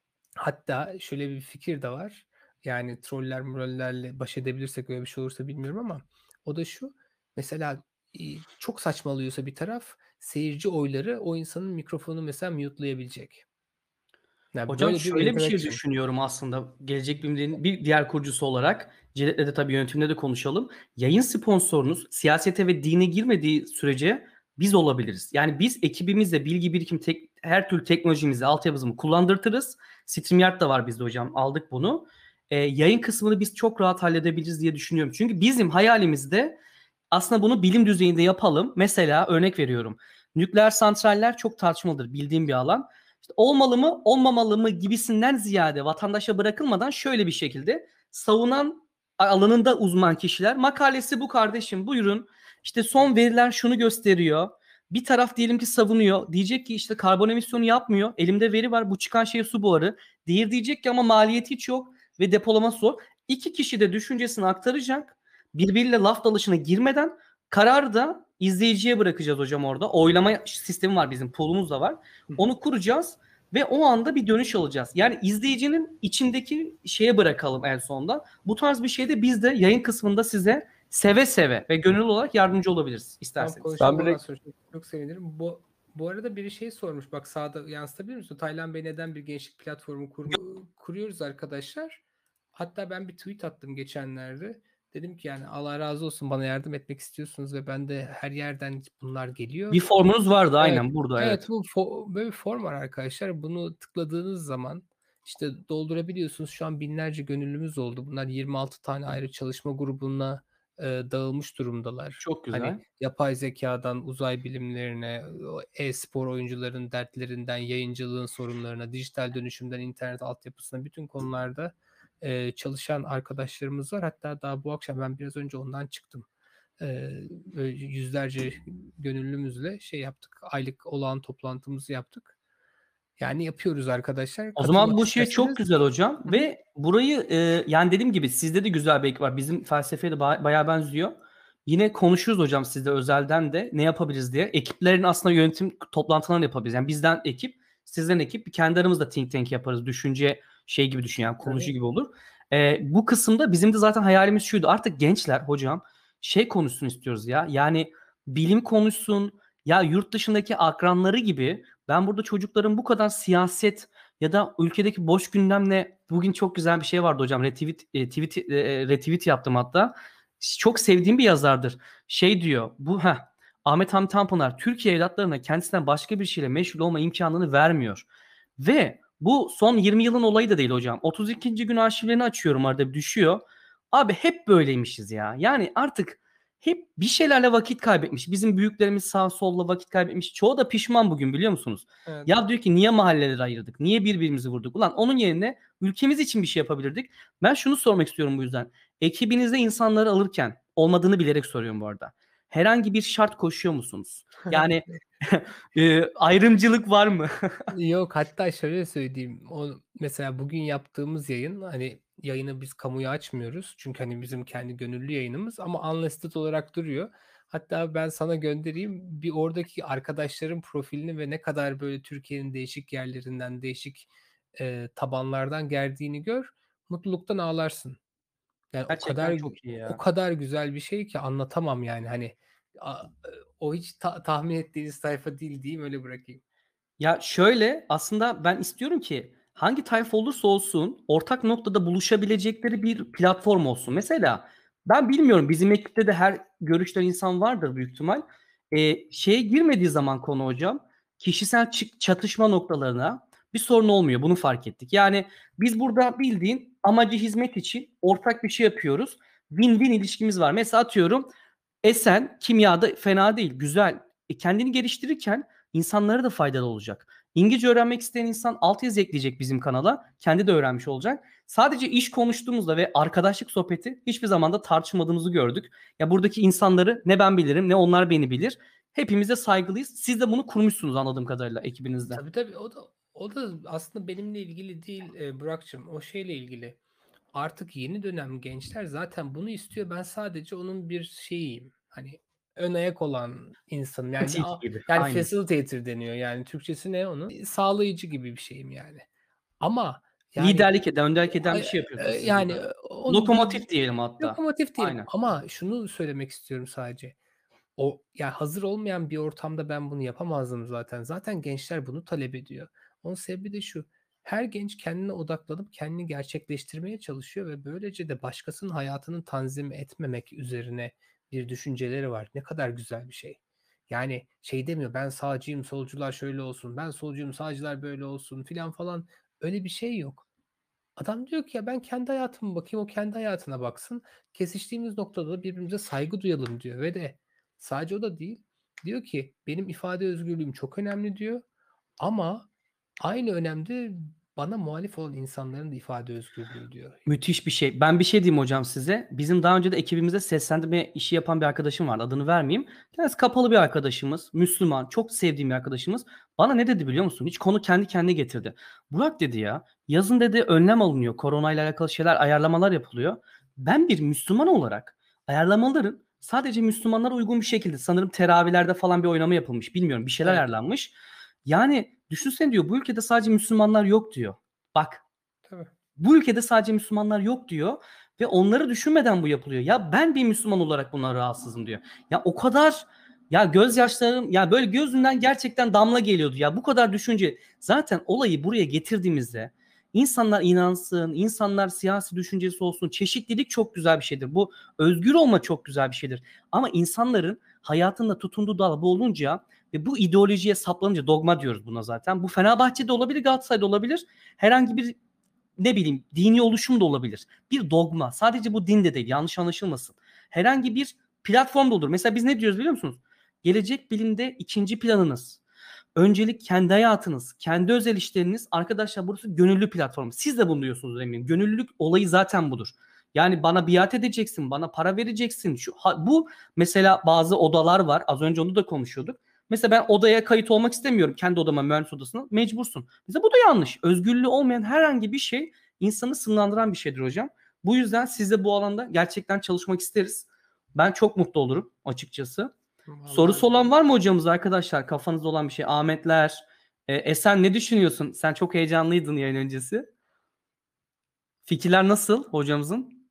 Hatta şöyle bir fikir de var. Yani troller murallerle baş edebilirsek, öyle bir şey olursa bilmiyorum ama o da şu. Mesela e, çok saçmalıyorsa bir taraf, seyirci oyları o insanın mikrofonu mesela mute'layabilecek. Yani Hocam böyle bir şöyle bir şey interaction. düşünüyorum aslında, Gelecek Bilim'in bir diğer kurucusu olarak. Cevdet'le de tabii yönetimde de konuşalım. Yayın sponsorunuz siyasete ve dine girmediği sürece biz olabiliriz. Yani biz ekibimizle bilgi birikim, tek, her türlü teknolojimizi, altyapımızı kullandırtırız. StreamYard da var bizde hocam. Aldık bunu. Ee, yayın kısmını biz çok rahat halledebiliriz diye düşünüyorum. Çünkü bizim hayalimizde aslında bunu bilim düzeyinde yapalım. Mesela örnek veriyorum. Nükleer santraller çok tartışmalıdır, bildiğim bir alan. İşte olmalı mı, olmamalı mı gibisinden ziyade vatandaşa bırakılmadan şöyle bir şekilde savunan alanında uzman kişiler makalesi bu kardeşim buyurun. İşte son veriler şunu gösteriyor. Bir taraf diyelim ki savunuyor. Diyecek ki işte karbon emisyonu yapmıyor. Elimde veri var. Bu çıkan şey su buharı. Diğer diyecek ki ama maliyeti hiç yok ve depolaması zor. İki kişi de düşüncesini aktaracak. Birbiriyle laf dalışına girmeden kararı da izleyiciye bırakacağız hocam orada. Oylama sistemi var, bizim pool'umuz da var. Onu kuracağız ve o anda bir dönüş alacağız. Yani izleyicinin içindeki şeye bırakalım en sonunda. Bu tarz bir şeyde biz de yayın kısmında size seve seve ve gönüllü olarak yardımcı olabiliriz Tam isterseniz. konuşalım, Ben ondan direkt- sonra çok, çok sevinirim. Bu bu arada biri şey sormuş. Bak sağda yansıtabilir misin? Taylan Bey neden bir gençlik platformu kur- kuruyoruz arkadaşlar? Hatta ben bir tweet attım geçenlerde. Dedim ki yani Allah razı olsun bana yardım etmek istiyorsunuz ve ben de her yerden bunlar geliyor. Bir formunuz vardı Evet, aynen burada. Evet. Evet, bu fo- böyle bir form var arkadaşlar. Bunu tıkladığınız zaman işte doldurabiliyorsunuz. Şu an binlerce gönüllümüz oldu. Bunlar yirmi altı tane ayrı çalışma grubuna e, dağılmış durumdalar. Çok güzel. Hani yapay zekadan uzay bilimlerine, o e-spor oyuncuların dertlerinden, yayıncılığın sorunlarına, dijital dönüşümden internet altyapısına bütün konularda e, çalışan arkadaşlarımız var. Hatta daha bu akşam ben biraz önce ondan çıktım. E, böyle yüzlerce gönüllümüzle şey yaptık. Aylık olağan toplantımızı yaptık. Yani yapıyoruz arkadaşlar. O zaman Katılmak bu şey çok isterseniz güzel hocam. Hı hı. Ve burayı e, yani dediğim gibi sizde de güzel bir ekip var. Bizim felsefeye de ba- bayağı benziyor. Yine konuşuruz hocam sizde özelden de ne yapabiliriz diye. Ekiplerin aslında yönetim toplantılarını yapabiliriz. Yani bizden ekip, sizden ekip, kendi aramızda think tank yaparız. Düşünce şey gibi düşün yani kurucu Tabii. gibi olur. E, bu kısımda bizim de zaten hayalimiz şuydu. Artık gençler hocam şey konuşsun istiyoruz ya. Yani bilim konuşsun. Ya yurt dışındaki akranları gibi ben burada çocukların bu kadar siyaset ya da ülkedeki boş gündemle bugün çok güzel bir şey vardı hocam. Retweet, e, tweet, e, retweet yaptım hatta. Çok sevdiğim bir yazardır. Şey diyor bu ha Ahmet Hamdi Tanpınar Türkiye evlatlarına kendisinden başka bir şeyle meşgul olma imkanını vermiyor. Ve bu son yirmi yılın olayı da değil hocam. otuz ikinci gün arşivlerini açıyorum arada düşüyor. Abi hep böyleymişiz ya. Yani artık hep bir şeylerle vakit kaybetmiş. Bizim büyüklerimiz sağ solla vakit kaybetmiş. Çoğu da pişman bugün biliyor musunuz? Evet. Ya diyor ki niye mahalleleri ayırdık? Niye birbirimizi vurduk? Ulan onun yerine ülkemiz için bir şey yapabilirdik. Ben şunu sormak istiyorum bu yüzden. Ekibinizde insanları alırken olmadığını bilerek soruyorum bu arada. Herhangi bir şart koşuyor musunuz? Yani e, ayrımcılık var mı? Yok, hatta şöyle söyleyeyim. O mesela bugün yaptığımız yayın, hani yayını biz kamuya açmıyoruz. Çünkü hani bizim kendi gönüllü yayınımız ama unlisted olarak duruyor. Hatta ben sana göndereyim. Bir oradaki arkadaşların profilini ve ne kadar böyle Türkiye'nin değişik yerlerinden, değişik e, tabanlardan geldiğini gör. Mutluluktan ağlarsın. Yani o Gerçekten kadar çok iyi o ya. kadar güzel bir şey ki anlatamam yani. Hani a- o hiç ta- tahmin ettiğiniz sayfa değil diyeyim, öyle bırakayım. Ya şöyle aslında ben istiyorum ki hangi tayfa olursa olsun ortak noktada buluşabilecekleri bir platform olsun. Mesela ben bilmiyorum bizim ekipte de her görüşten insan vardır büyük ihtimal. Ee, şeye girmediği zaman konu hocam kişisel çı- çatışma noktalarına bir sorun olmuyor. Bunu fark ettik. Yani biz burada bildiğin amacı hizmet için ortak bir şey yapıyoruz. Win-win ilişkimiz var. Mesela atıyorum Esen kimyada fena değil, güzel. E, kendini geliştirirken insanlara da faydalı olacak. İngilizce öğrenmek isteyen insan altyazı ekleyecek bizim kanala. Kendi de öğrenmiş olacak. Sadece iş konuştuğumuzda ve arkadaşlık sohbeti hiçbir zaman da tartışmadığımızı gördük. Ya buradaki insanları ne ben bilirim ne onlar beni bilir. Hepimiz de saygılıyız. Siz de bunu kurmuşsunuz anladığım kadarıyla ekibinizde. Tabii tabii, o da o da aslında benimle ilgili değil e, Burak'cığım, o şeyle ilgili. Artık yeni dönem gençler zaten bunu istiyor. Ben sadece onun bir şeyiyim. Hani ön ayak olan insanım. Yani Tilt a- gibi. yani Aynen. facilitator deniyor. Yani Türkçesi ne onun? E, Sağlayıcı gibi bir şeyim yani. Ama yani Liderlik eden, önderlik eden bir ay- şey e, yapıyorsunuz siz yani burada. e, onun bir Lokomotif diyelim hatta. lokomotif değilim. Aynen. Ama şunu söylemek istiyorum sadece. O ya hazır olmayan bir ortamda ben bunu yapamazdım zaten. Zaten gençler bunu talep ediyor. Onun sebebi de şu. Her genç kendine odaklanıp kendini gerçekleştirmeye çalışıyor ve böylece de başkasının hayatını tanzim etmemek üzerine bir düşünceleri var. Ne kadar güzel bir şey. Yani şey demiyor, ben sağcıyım, solcular şöyle olsun, ben solcuyum, sağcılar böyle olsun filan falan, öyle bir şey yok. Adam diyor ki ya ben kendi hayatıma bakayım, o kendi hayatına baksın. Kesiştiğimiz noktada da birbirimize saygı duyalım diyor ve de sadece o da değil. Diyor ki benim ifade özgürlüğüm çok önemli diyor ama aynı önemde bana muhalif olan insanların da ifade özgürlüğü diyor. Müthiş bir şey. Ben bir şey diyeyim hocam size. Bizim daha önce de ekibimizde seslendirme işi yapan bir arkadaşım vardı. Adını vermeyeyim. Kendisi kapalı bir arkadaşımız. Müslüman. Çok sevdiğim bir arkadaşımız. Bana ne dedi biliyor musun? Hiç konu kendi kendine getirdi. Burak dedi ya, yazın dedi önlem alınıyor. Koronayla alakalı şeyler, ayarlamalar yapılıyor. Ben bir Müslüman olarak ayarlamaların sadece Müslümanlara uygun bir şekilde, sanırım teravihlerde falan bir oynama yapılmış. Bilmiyorum, bir şeyler Evet. ayarlanmış. Yani düşünsene diyor, bu ülkede sadece Müslümanlar yok diyor. Bak, Tabii. bu ülkede sadece Müslümanlar yok diyor ve onları düşünmeden bu yapılıyor. Ya ben bir Müslüman olarak buna rahatsızım diyor. Ya o kadar, ya gözyaşlarım, ya böyle gözünden gerçekten damla geliyordu. Ya bu kadar düşünce, zaten olayı buraya getirdiğimizde insanlar inansın, insanlar siyasi düşüncesi olsun, çeşitlilik çok güzel bir şeydir. Bu özgür olma çok güzel bir şeydir. Ama insanların hayatında tutunduğu dal bu olunca ve bu ideolojiye saplanınca, dogma diyoruz buna zaten. Bu Fenerbahçe'de olabilir, Galatasaray'da olabilir. Herhangi bir, ne bileyim, dini oluşum da olabilir. Bir dogma. Sadece bu din de değil. Yanlış anlaşılmasın. Herhangi bir platform da olur. Mesela biz ne diyoruz biliyor musunuz? Gelecek bilimde ikinci planınız. Öncelik kendi hayatınız, kendi özel işleriniz. Arkadaşlar burası gönüllü platformu. Siz de bunu diyorsunuz eminim. Gönüllülük olayı zaten budur. Yani bana biat edeceksin, bana para vereceksin. Şu ha, bu mesela bazı odalar var. Az önce onu da konuşuyorduk. Mesela ben odaya kayıt olmak istemiyorum. Kendi odama, mühendis odasına. Mecbursun. Mesela bu da yanlış. Özgürlüğü olmayan herhangi bir şey insanı sınırlandıran bir şeydir hocam. Bu yüzden siz de bu alanda gerçekten çalışmak isteriz. Ben çok mutlu olurum açıkçası. Vallahi Sorusu olan var mı hocamız, arkadaşlar? Kafanızda olan bir şey. Ahmetler, e, Esen ne düşünüyorsun? Sen çok heyecanlıydın yayın öncesi. Fikirler nasıl hocamızın?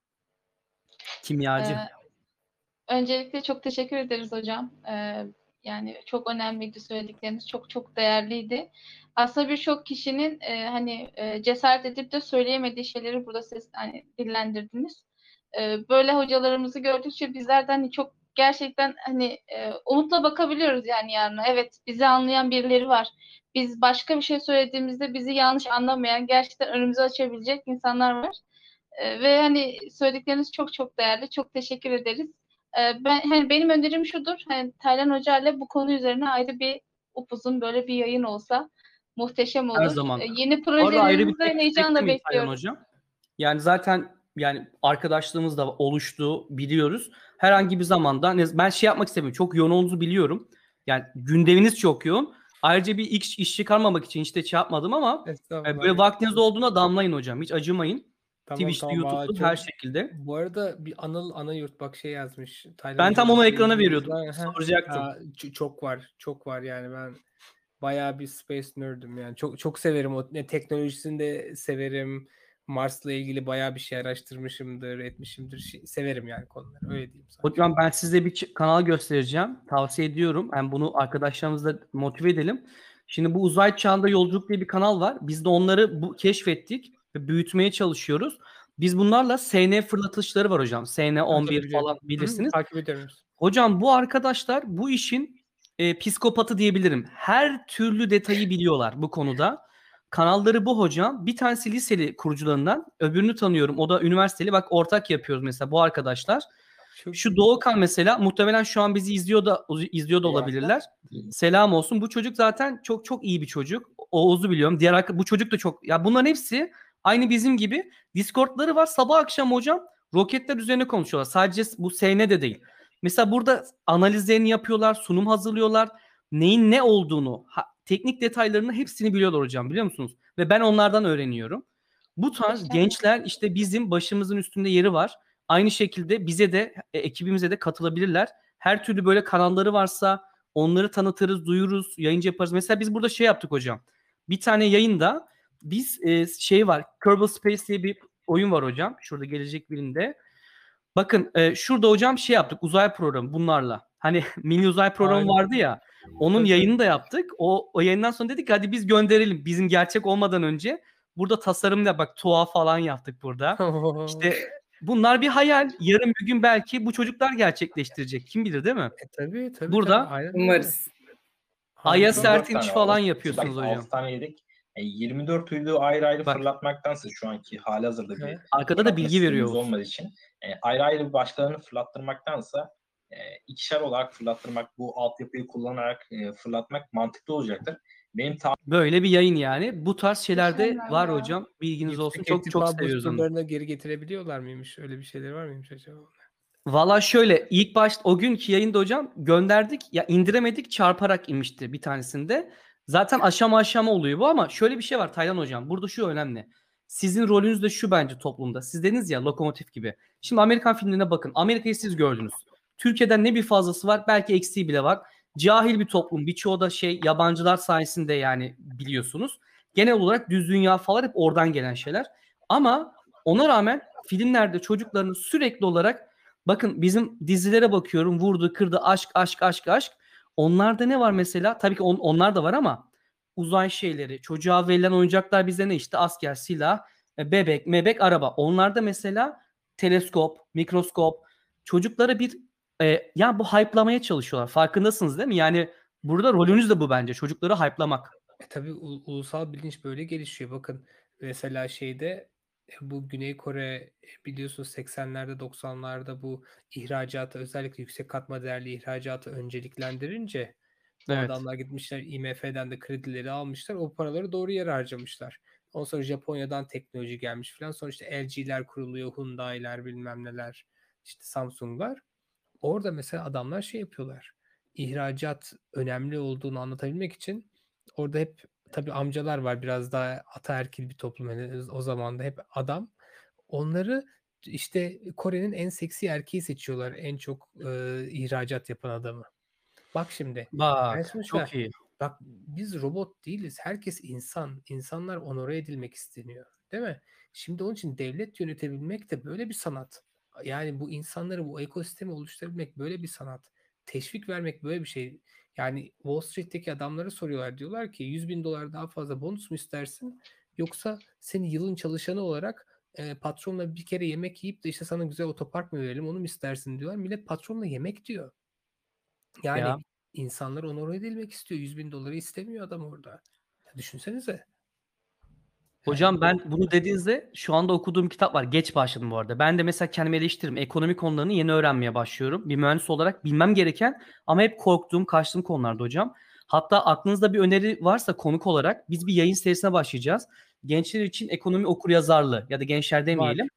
Kimyacı. Ee, öncelikle çok teşekkür ederiz hocam. Ee, yani çok önemliydi söyledikleriniz. Çok çok değerliydi. Aslında birçok kişinin e, hani e, cesaret edip de söyleyemediği şeyleri burada siz hani dillendirdiniz. Ee, böyle hocalarımızı gördükçe bizlerden hani çok gerçekten hani e, umutla bakabiliyoruz yani yarına. Evet, bizi anlayan birileri var. Biz başka bir şey söylediğimizde bizi yanlış anlamayan, gerçekten önümüzü açabilecek insanlar var. Ee, ve hani söyledikleriniz çok çok değerli. Çok teşekkür ederiz. Ee, ben hani benim önerim şudur. Hani Taylan Hoca ile bu konu üzerine ayrı bir upuzun böyle bir yayın olsa muhteşem Her olur. zaman. Ee, yeni Bu arada ayrı bir projelerinizi tek heyecanla miyim Taylan bekliyoruz. hocam? Yani zaten yani arkadaşlığımız da oluştu, biliyoruz. Herhangi bir zamanda ne- ben şey yapmak istemiyorum. Çok yoğun olduğunuzu biliyorum. Yani gündeminiz çok yoğun. Ayrıca bir iş, iş çıkarmamak için işte şey yapmadım ama e, Estağfurullah. böyle vaktiniz olduğuna damlayın hocam. Hiç acımayın. Tamam Twitch'te, tamam. Aa, YouTube'da çok... her şekilde. Bu arada bir Anıl Anayurt bak şey yazmış. Taylan Ben tam Hoca'nın onu ekrana ilgili veriyordum. yazılar- Ha. Soracaktım. Aa, ç- çok var. Çok var yani ben bayağı bir space nerd'üm yani. Çok çok severim o ne teknolojisini de severim. Mars'la ilgili bayağı bir şey araştırmışımdır, etmişimdir. Şey- severim yani konuları. Öyle diyeyim sadece. Hocam ben size bir ç- kanal göstereceğim. Tavsiye ediyorum. Yani bunu arkadaşlarımızla motive edelim. Şimdi bu Uzay Çağında Yolculuk diye bir kanal var. Biz de onları bu keşfettik ve büyütmeye çalışıyoruz. Biz bunlarla S N fırlatışları var hocam. S N Ha, on tabii bir biliyorum. falan Hı, bilirsiniz. takip ediyoruz. Hocam bu arkadaşlar bu işin e, psikopatı diyebilirim. Her türlü detayı biliyorlar bu konuda. Kanalları bu hocam. Bir tanesi liseli kurucularından. Öbürünü tanıyorum. O da üniversiteli. Bak ortak yapıyoruz mesela bu arkadaşlar. Çok Şu iyi. Doğukan mesela muhtemelen şu an bizi izliyor da izliyor da olabilirler. Selam olsun. Bu çocuk zaten çok çok iyi bir çocuk. Oğuz'u biliyorum. Diğer arka- bu çocuk da çok. Ya bunların hepsi aynı bizim gibi Discord'ları var. Sabah akşam hocam roketler üzerine konuşuyorlar. Sadece bu S N de değil. Mesela burada analizlerini yapıyorlar, sunum hazırlıyorlar. Neyin ne olduğunu, ha, teknik detaylarını hepsini biliyorlar hocam, biliyor musunuz? Ve ben onlardan öğreniyorum. Bu tarz Muhteşem. gençler işte bizim başımızın üstünde yeri var. Aynı şekilde bize de e, ekibimize de katılabilirler. Her türlü böyle kanalları varsa onları tanıtırız, duyururuz, yayıncı yaparız. Mesela biz burada şey yaptık hocam. Bir tane yayında biz e, şey var. Kerbal Space diye bir oyun var hocam. Şurada gelecek birinde. Bakın e, şurada hocam şey yaptık. Uzay programı bunlarla. Hani mini uzay programı Aynen. vardı ya. Onun Tabii, yayını da yaptık. O, o yayından sonra dedik ki hadi biz gönderelim. Bizim gerçek olmadan önce. Burada tasarımla bak tuğa falan yaptık burada. tabii. İşte bunlar bir hayal. Yarın bir gün belki bu çocuklar gerçekleştirecek. Kim bilir değil mi? E, tabii tabii. Burada tabii. Aynen öyle. Umarız. Ay'a Harika. sertiniş Dört tane falan var. yapıyorsunuz Belki hocam. altı tane yedik. Yani yirmi dört uydu ayrı ayrı Bak. fırlatmaktansa şu anki halihazırda bir Evet. Arkada da fırlatma bilgi veriyor sistemimiz Oğuz. olmadığı için e, ayrı ayrı başkalarını fırlattırmaktansa e, ikişer olarak fırlattırmak, bu altyapıyı kullanarak e, fırlatmak mantıklı olacaktır. Benim Böyle bir yayın yani. Bu tarz şeyler de Mükemmel var ya. hocam. Bilginiz olsun. Yüksek Çok çok irtifa seviyoruz onu. boosterlarına geri getirebiliyorlar mıymış? Öyle bir şeyler var mıymış acaba? Valla şöyle ilk başta o günkü yayında hocam gönderdik ya indiremedik çarparak inmişti bir tanesinde. Zaten aşama aşama oluyor bu ama şöyle bir şey var Taylan hocam. Burada şu önemli. Sizin rolünüz de şu bence toplumda. Siz dediniz ya lokomotif gibi. Şimdi Amerikan filmlerine bakın. Amerika'yı siz gördünüz. Türkiye'den ne bir fazlası var belki eksiği bile var. Cahil bir toplum. Birçoğu da şey yabancılar sayesinde yani biliyorsunuz. Genel olarak düz dünya falan hep oradan gelen şeyler. Ama ona rağmen filmlerde çocuklarını sürekli olarak bakın bizim dizilere bakıyorum. Vurdu, kırdı, aşk, aşk, aşk, aşk. Onlarda ne var mesela? Tabii ki on, onlar da var ama uzay şeyleri, çocuğa verilen oyuncaklar bize ne işte? Asker, silah, e, bebek, mebek, araba. Onlarda mesela teleskop, mikroskop. Çocuklara bir e, ya bu hype'lamaya çalışıyorlar. Farkındasınız değil mi? Yani burada rolünüz de bu bence. Çocukları hype'lamak. E tabii u- ulusal bilinç böyle gelişiyor. Bakın mesela şeyde e, bu Güney Kore e, biliyorsunuz seksenlerde doksanlarda bu ihracatı özellikle yüksek katma değerli ihracatı önceliklendirince bu Evet. adamlar gitmişler I M F'den de kredileri almışlar. O paraları doğru yere harcamışlar. Ondan sonra Japonya'dan teknoloji gelmiş falan. Sonra işte L G'ler kuruluyor, Hyundai'ler bilmem neler, işte Samsung'lar. Orada mesela adamlar şey yapıyorlar. İhracat önemli olduğunu anlatabilmek için orada hep tabii amcalar var, biraz daha ataerkil bir toplum. Yani o zaman da hep adam. Onları işte Kore'nin en seksi erkeği seçiyorlar. En çok e, ihracat yapan adamı. Bak şimdi. Ben Bak, sonuçta çok iyi. bak biz robot değiliz. Herkes insan. İnsanlar onore edilmek isteniyor. Değil mi? Şimdi onun için devlet yönetebilmek de böyle bir sanat. Yani bu insanları, bu ekosistemi oluşturabilmek böyle bir sanat. Teşvik vermek böyle bir şey. Yani Wall Street'teki adamlara soruyorlar. Diyorlar ki yüz bin dolar daha fazla bonus mu istersin? Yoksa seni yılın çalışanı olarak e, patronla bir kere yemek yiyip de işte sana güzel otopark mı verelim onu mu istersin diyorlar. Millet patronla yemek diyor. Yani Ya. insanlar onore edilmek istiyor. yüz bin doları istemiyor adam orada. Ya düşünsenize. Yani Hocam ben bunu dediğinizde şu anda okuduğum kitap var. Geç başladım bu arada. Ben de mesela kendimi eleştiririm. Ekonomi konularını yeni öğrenmeye başlıyorum. Bir mühendis olarak bilmem gereken ama hep korktuğum, kaçtığım konularda hocam. Hatta aklınızda bir öneri varsa konuk olarak biz bir yayın serisine başlayacağız. Gençler için ekonomi okuryazarlığı ya da gençler demeyelim.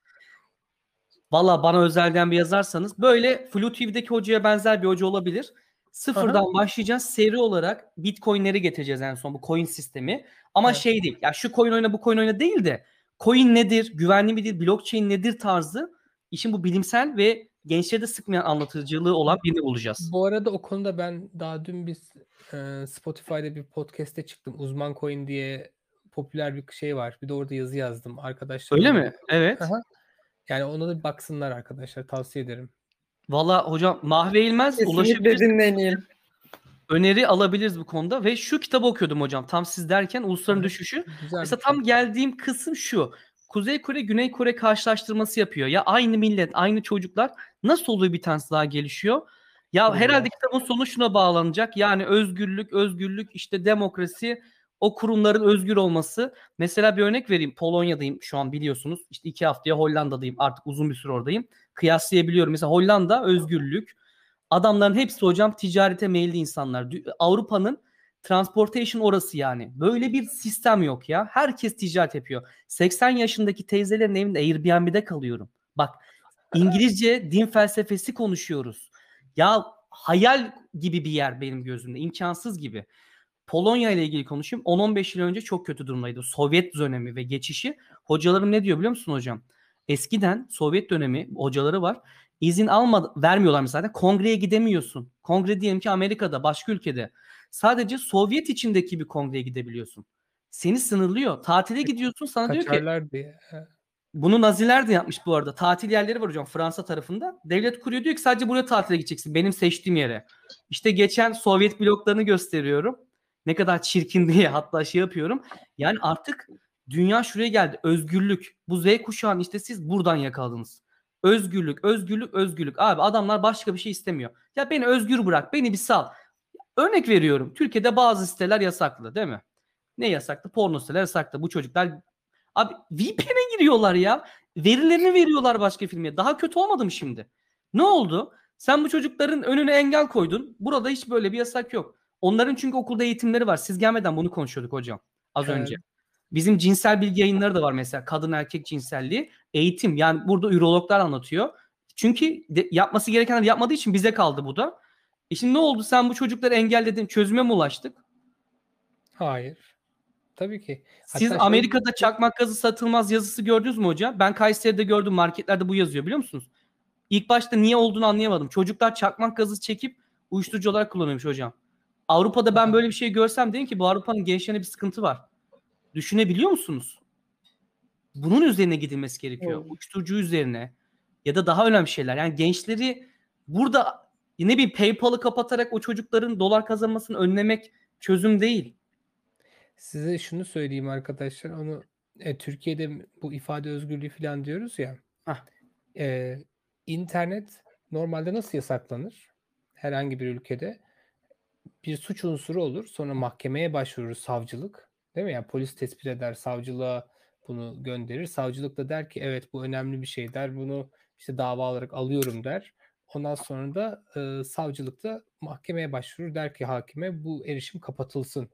Valla bana özelden bir yazarsanız böyle Flu T V'deki hocaya benzer bir hoca olabilir. Sıfırdan başlayacağız. Seri olarak Bitcoin'leri getireceğiz en son bu coin sistemi. Ama Evet. şey değil. Ya şu coin oyna bu coin oyna değil de coin nedir, güvenli midir, blockchain nedir tarzı işin bu bilimsel ve gençlere de sıkmayan anlatıcılığı olan birini bulacağız. Bu arada o konuda ben daha dün biz e, Spotify'da bir podcast'te çıktım. Uzman Coin diye popüler bir şey var. Bir de orada yazı yazdım. Arkadaşlarım Öyle da- mi? Evet. Aha. Yani ona da bir baksınlar arkadaşlar. Tavsiye ederim. Valla hocam Mahve İlmez Kesinlikle ulaşabilir. dinleyin. Öneri alabiliriz bu konuda ve şu kitabı okuyordum hocam tam siz derken Ulusların Hı hı. Düşüşü. Güzel Mesela bir tam kitap. geldiğim kısım şu. Kuzey Kore, Güney Kore karşılaştırması yapıyor. Ya aynı millet, aynı çocuklar nasıl oluyor bir tanesi daha gelişiyor? Ya Kurumlar. herhalde kitabın sonu şuna bağlanacak. Yani özgürlük, özgürlük, işte demokrasi, o kurumların özgür olması. Mesela bir örnek vereyim. Polonya'dayım şu an biliyorsunuz. İşte iki haftaya Hollanda'dayım. Artık uzun bir süre oradayım. Kıyaslayabiliyorum. Mesela Hollanda özgürlük. Adamların hepsi hocam ticarete meyilli insanlar. Dü- Avrupa'nın transportation orası yani. Böyle bir sistem yok ya. Herkes ticaret yapıyor. seksen yaşındaki teyzelerin evinde Airbnb'de kalıyorum. Bak İngilizce din felsefesi konuşuyoruz. Ya hayal gibi bir yer benim gözümde. İmkansız gibi. Polonya ile ilgili konuşayım. on on beş yıl önce çok kötü durumdaydı. Sovyet dönemi ve geçişi. Hocalarım ne diyor biliyor musun hocam? Eskiden Sovyet dönemi hocaları var. İzin almadı, vermiyorlar mesela. Kongreye gidemiyorsun. Kongre diyelim ki Amerika'da, başka ülkede. Sadece Sovyet içindeki bir kongreye gidebiliyorsun. Seni sınırlıyor. Tatile gidiyorsun sana diyor ki Kaçarlar diye. bunu Naziler de yapmış bu arada. Tatil yerleri var hocam Fransa tarafında. Devlet kuruyor diyor ki sadece buraya tatile gideceksin. Benim seçtiğim yere. İşte geçen Sovyet bloklarını gösteriyorum. Ne kadar çirkin diye hatta şey yapıyorum. Yani artık dünya şuraya geldi. Özgürlük. Bu Z kuşağın işte siz buradan yakaladınız. Özgürlük, özgürlük, özgürlük. Abi adamlar başka bir şey istemiyor. Ya beni özgür bırak, beni bir sal. Örnek veriyorum. Türkiye'de bazı siteler yasaklı değil mi? Ne yasaktı? Porno siteler yasaktı. Bu çocuklar abi V P N'e giriyorlar ya. Verilerini veriyorlar başka filme. Daha kötü olmadı mı şimdi? Ne oldu? Sen bu çocukların önüne engel koydun. Burada hiç böyle bir yasak yok. Onların çünkü okulda eğitimleri var. Siz gelmeden bunu konuşuyorduk hocam. Az Evet. önce. Bizim cinsel bilgi yayınları da var mesela. Kadın erkek cinselliği. Eğitim. Yani burada ürologlar anlatıyor. Çünkü de, yapması gerekenler yapmadığı için bize kaldı bu da. E şimdi ne oldu? Sen bu çocukları engelledin. Çözüme mi ulaştık? Hayır. Tabii ki. Siz Hatta şöyle Amerika'da çakmak gazı satılmaz yazısı gördünüz mü hocam? Ben Kayseri'de gördüm. Marketlerde bu yazıyor biliyor musunuz? İlk başta niye olduğunu anlayamadım. Çocuklar çakmak gazı çekip uyuşturucu olarak kullanıyormuş hocam. Avrupa'da ben böyle bir şey görsem dedim ki bu Avrupa'nın gençlerine bir sıkıntı var. Düşünebiliyor musunuz? Bunun üzerine gidilmesi gerekiyor. Hmm. Uyuşturucu üzerine ya da daha önemli şeyler. Yani gençleri burada ne bir PayPal'ı kapatarak o çocukların dolar kazanmasını önlemek çözüm değil. Size şunu söyleyeyim arkadaşlar. Onu e, Türkiye'de bu ifade özgürlüğü falan diyoruz ya. Hah. E, internet normalde nasıl yasaklanır? Herhangi bir ülkede bir suç unsuru olur. Sonra mahkemeye başvurur savcılık. Değil mi? Yani polis tespit eder, savcılığa bunu gönderir. Savcılık da der ki evet bu önemli bir şey der. Bunu işte dava olarak alıyorum der. Ondan sonra da e, savcılık da mahkemeye başvurur. Der ki hakime bu erişim kapatılsın.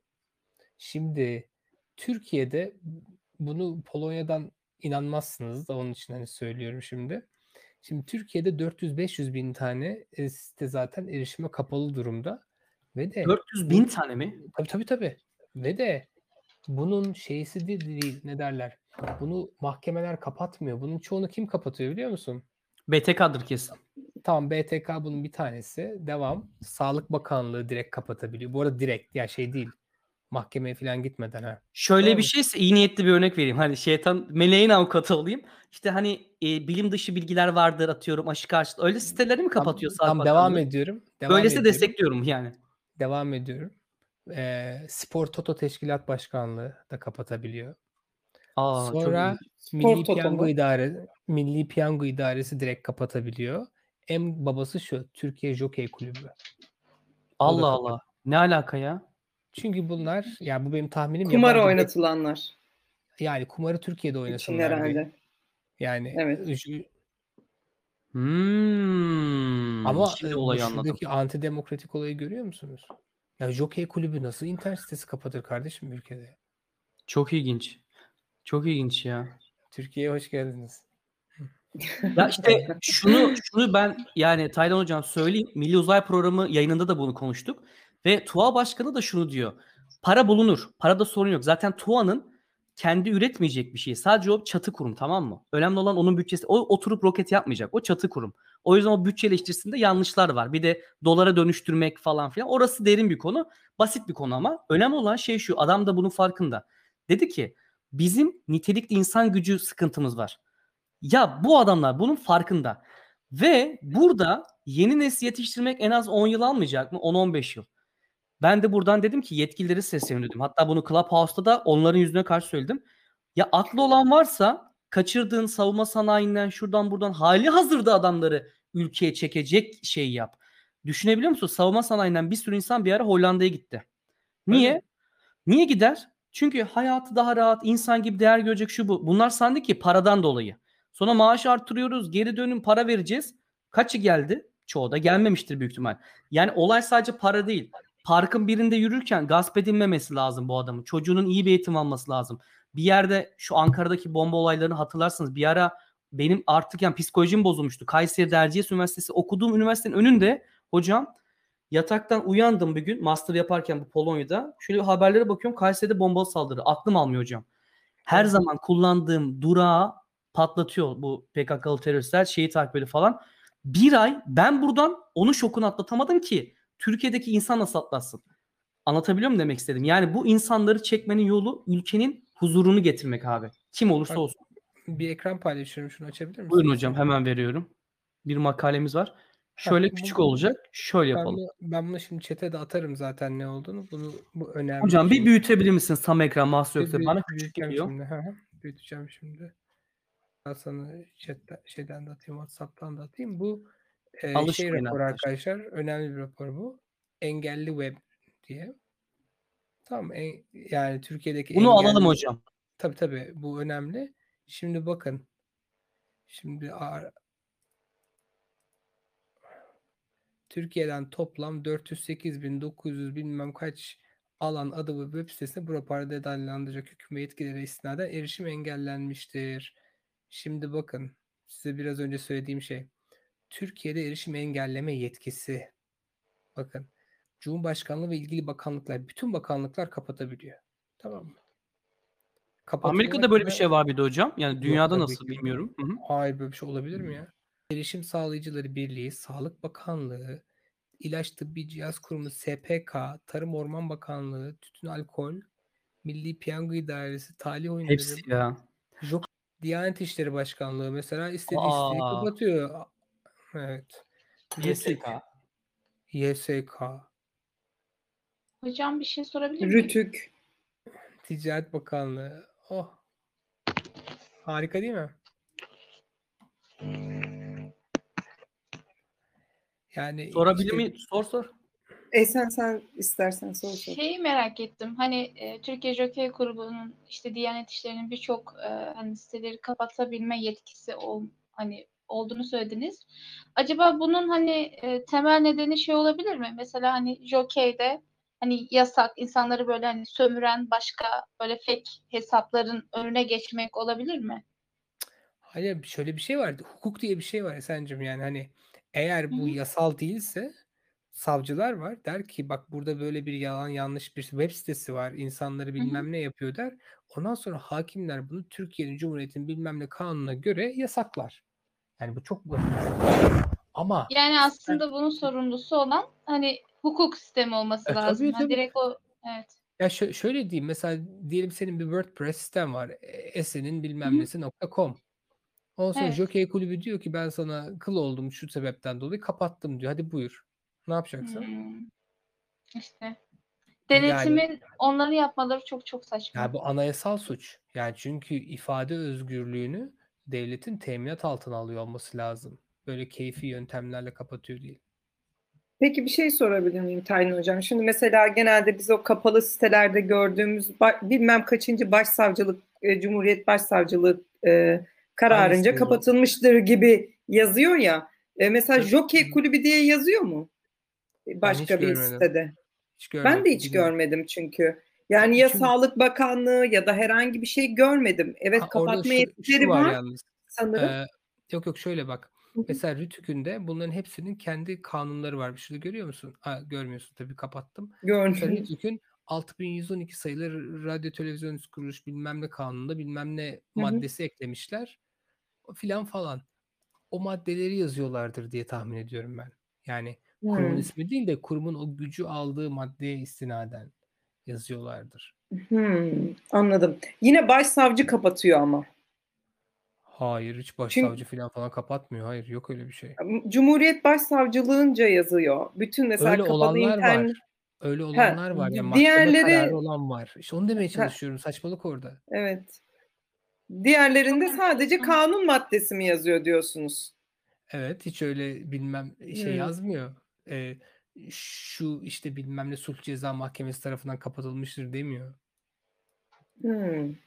Şimdi Türkiye'de bunu Polonya'dan inanmazsınız da onun için hani söylüyorum şimdi. Şimdi Türkiye'de dört yüz beş yüz bin tane e, site zaten erişime kapalı durumda. Ve de dört yüz bin tane mi? tabii tabii tabii. Ve de bunun şeysi de değil ne derler. Bunu mahkemeler kapatmıyor. Bunun çoğunu kim kapatıyor biliyor musun? B T K'dır kesin. Tamam B T K bunun bir tanesi. Devam. Sağlık Bakanlığı direkt kapatabiliyor. Bu arada direkt ya şey değil. Mahkemeye falan gitmeden ha. Şöyle Tamam bir mı? şeyse iyi niyetli bir örnek vereyim. Hani şeytan meleğin avukatı olayım. İşte hani e, bilim dışı bilgiler vardır atıyorum aşı karşıtı. Öyle siteleri mi kapatıyor Tam, Sağlık tam devam Bakanlığı? ediyorum. Devam Böylesi ediyorum. destekliyorum yani. Devam ediyorum. Ee, Spor Toto Teşkilat Başkanlığı da kapatabiliyor. Aa çok Sonra ilginç. Milli Toto Piyango mu? İdare Milli Piyango İdaresi direkt kapatabiliyor. En babası şu Türkiye Jokey Kulübü. O da Allah kapat. Allah. Ne alaka ya? Çünkü bunlar ya bu benim tahminim Kumar yabancı oynatılanlar yani kumarı Türkiye'de için oynasınlar diye. herhalde. Yani Evet. üç- Hmm. ama Şimdi e, bu olayı anladım. şuradaki antidemokratik olayı görüyor musunuz? Ya Jokey Kulübü nasıl internet sitesi kapatır kardeşim bir ülkede? Çok ilginç. Çok ilginç ya. Türkiye'ye hoş geldiniz. Ya işte şunu şunu ben yani Taylan Hocam söyleyeyim. Milli Uzay Programı yayınında da bunu konuştuk. Ve TUA Başkanı da şunu diyor. Para bulunur. Parada sorun yok. Zaten TUA'nın kendi üretmeyecek bir şey. Sadece o çatı kurum, tamam mı? Önemli olan onun bütçesi. O oturup roket yapmayacak. O çatı kurum. O yüzden o bütçe eleştirisinde yanlışlar var. Bir de dolara dönüştürmek falan filan. Orası derin bir konu. Basit bir konu ama. Önemli olan şey şu. Adam da bunun farkında. Dedi ki bizim nitelikli insan gücü sıkıntımız var. Ya bu adamlar bunun farkında. Ve burada yeni nesil yetiştirmek en az on yıl almayacak mı? on on beş yıl. Ben de buradan dedim ki yetkilileri seslendim. Hatta bunu Clubhouse'da da onların yüzüne karşı söyledim. Ya aklı olan varsa kaçırdığın savunma sanayinden şuradan buradan hali hazırda adamları ülkeye çekecek şey yap. Düşünebiliyor musun? Savunma sanayinden bir sürü insan bir ara Hollanda'ya gitti. Niye? Öyle. Niye gider? Çünkü hayatı daha rahat, insan gibi değer görecek şu bu. Bunlar sandı ki paradan dolayı. Sonra maaş artırıyoruz, geri dönün para vereceğiz. Kaçı geldi? Çoğu da gelmemiştir büyük ihtimal. Yani olay sadece para değil. Parkın birinde yürürken gasp edilmemesi lazım bu adamın. Çocuğunun iyi bir eğitim alması lazım. Bir yerde şu Ankara'daki bomba olaylarını hatırlarsınız. Bir ara benim artık yani psikolojim bozulmuştu. Kayseri Erciyes Üniversitesi okuduğum üniversitenin önünde hocam yataktan uyandım bir gün master yaparken bu Polonya'da. Şöyle haberlere bakıyorum Kayseri'de bombalı saldırı. Aklım almıyor hocam. Her Evet. zaman kullandığım durağı patlatıyor bu P K K'lı teröristler. Şeyi takip falan. Bir ay ben buradan onun şokunu atlatamadım ki Türkiye'deki insan nasıl atlatsın? Anlatabiliyor muyum demek istedim? Yani bu insanları çekmenin yolu ülkenin huzurunu getirmek abi. Kim olursa Bak, olsun. bir ekran paylaşıyorum. Şunu açabilir misin? Buyurun hocam hemen veriyorum. Bir makalemiz var. Şöyle Heh, bu- küçük olacak. Şöyle Ben, yapalım. bunu, ben bunu şimdi chat'e de atarım zaten ne olduğunu. Bunu bu önemli. Hocam bir çünkü. büyütebilir misin tam ekran mahsus yoksa? Bir- Bana bir- küçük büyüteceğim geliyor. şimdi. Hı hı, büyüteceğim şimdi. Ben sana chatten, şeyden de atayım, WhatsApp'tan da atayım. Bu e, şey Alışmayın raporu arkadaşlar. arkadaşlar. Önemli bir rapor bu. Engelli Web diye. Tamam. En, yani Türkiye'deki Bunu engelli... alalım hocam. Tabii tabii bu önemli. Şimdi bakın. Şimdi ar- Türkiye'den toplam dört yüz sekiz bin dokuz yüz bilmem kaç alan adı ve web sitesine bu raporda detaylandıracak hüküm ve yetkilere istinaden erişim engellenmiştir. Şimdi bakın size biraz önce söylediğim şey. Türkiye'de erişim engelleme yetkisi. Bakın Cumhurbaşkanlığı ve ilgili bakanlıklar, bütün bakanlıklar kapatabiliyor. Tamam mı? Kapatılana Amerika'da böyle bir kadar şey var bir de hocam. Yani yok dünyada tabii nasıl ki. bilmiyorum. Hı hı. Hayır böyle bir şey olabilir mi ya? Erişim Sağlayıcıları Birliği, Sağlık Bakanlığı, İlaç Tıbbi Cihaz Kurumu S P K, Tarım Orman Bakanlığı, Tütün Alkol, Milli Piyango İdaresi, Talih Oyunları, Hepsi ya. Jok Diyanet İşleri Başkanlığı mesela istediği siteyi Aa, kapatıyor. Evet. Y S K. Y S K, Hocam bir şey sorabilir miyim? Rütük. Ticaret Bakanlığı. Oh, harika değil mi? Yani Sorabilir işte miyim? Sor sor. E sen sen istersen sor sor. Şeyi merak ettim. Hani e, Türkiye Jockey Grubu'nun işte Diyanet İşleri'nin birçok e, hani siteleri kapatabilme yetkisi ol, hani olduğunu söylediniz. Acaba bunun hani e, temel nedeni şey olabilir mi? Mesela hani Jockey'de hani yasak insanları böyle hani sömüren başka böyle fake hesapların önüne geçmek olabilir mi? hayır şöyle bir şey var. Hukuk diye bir şey var Esen'cim yani hani eğer Hı bu hı. yasal değilse savcılar var der ki bak burada böyle bir yalan yanlış bir web sitesi var insanları Hı hı. bilmem ne yapıyor der. Ondan sonra hakimler bunu Türkiye'nin Cumhuriyeti'nin bilmem ne kanununa göre yasaklar. Yani bu çok basit. Ama Yani sen aslında bunun sorumlusu olan hani hukuk sistemi olması e, lazım. tabii Hani tabii. direkt o evet. Ya şö- şöyle diyeyim mesela diyelim senin bir WordPress sitem var. e, Esen'in Hı bilmem hı. nesi nokta com. Ondan sonra Evet. Jockey Kulübü diyor ki ben sana kıl oldum şu sebepten dolayı kapattım diyor. Hadi buyur. Ne yapacaksın? Hmm, işte. Yani Denetimin onları yapmaları çok çok ya saçma. bu anayasal suç. Yani çünkü ifade özgürlüğünü devletin teminat altına alıyor olması lazım. Böyle keyfi yöntemlerle kapatıyor değil. Peki bir şey sorabilir miyim Tayin Hocam? Şimdi mesela genelde biz o kapalı sitelerde gördüğümüz ba- bilmem kaçıncı başsavcılık, e, Cumhuriyet Başsavcılığı e, Hangi kararınca sitede? kapatılmıştır gibi yazıyor ya. E, mesela Tabii. Jockey Kulübü diye yazıyor mu? E, Ben hiç Başka bir görmedim. sitede. Hiç Ben de görmedim. hiç Bilmiyorum. görmedim çünkü. Yani ya Çünkü Sağlık Bakanlığı ya da herhangi bir şey görmedim. Evet ha, orada kapatma şu, şu yetkileri var var yalnız. sanırım. Ee, yok yok şöyle bak. Hı hı. Mesela Rütük'ün de bunların hepsinin kendi kanunları var. Şurada görüyor musun? Ha, görmüyorsun tabii kapattım. Mesela Gördüm. Rütük'ün altı bin yüz on iki sayılı radyo televizyon kuruluş bilmem ne kanununda bilmem ne Hı hı. maddesi eklemişler. O filan falan. O maddeleri yazıyorlardır diye tahmin ediyorum ben. Yani kurumun Hmm. ismi değil de kurumun o gücü aldığı maddeye istinaden yazıyorlardır. Hmm, anladım. Yine başsavcı kapatıyor ama. Hayır hiç Çünkü başsavcı filan falan kapatmıyor. Hayır yok öyle bir şey. Cumhuriyet Başsavcılığınca yazıyor. Bütün mesela Öyle kapalı olanlar var. internet. Öyle Ha, olanlar var. Yani mahkeme kararı diğerleri olan var. İşte onu demeye ha, çalışıyorum. Saçmalık orada. evet. Çok Diğerlerinde sadece enteresan. kanun maddesi mi yazıyor diyorsunuz? Evet hiç öyle bilmem şey Hmm, yazmıyor. Ee, şu işte bilmem ne sulh ceza mahkemesi tarafından kapatılmıştır demiyor. hmm,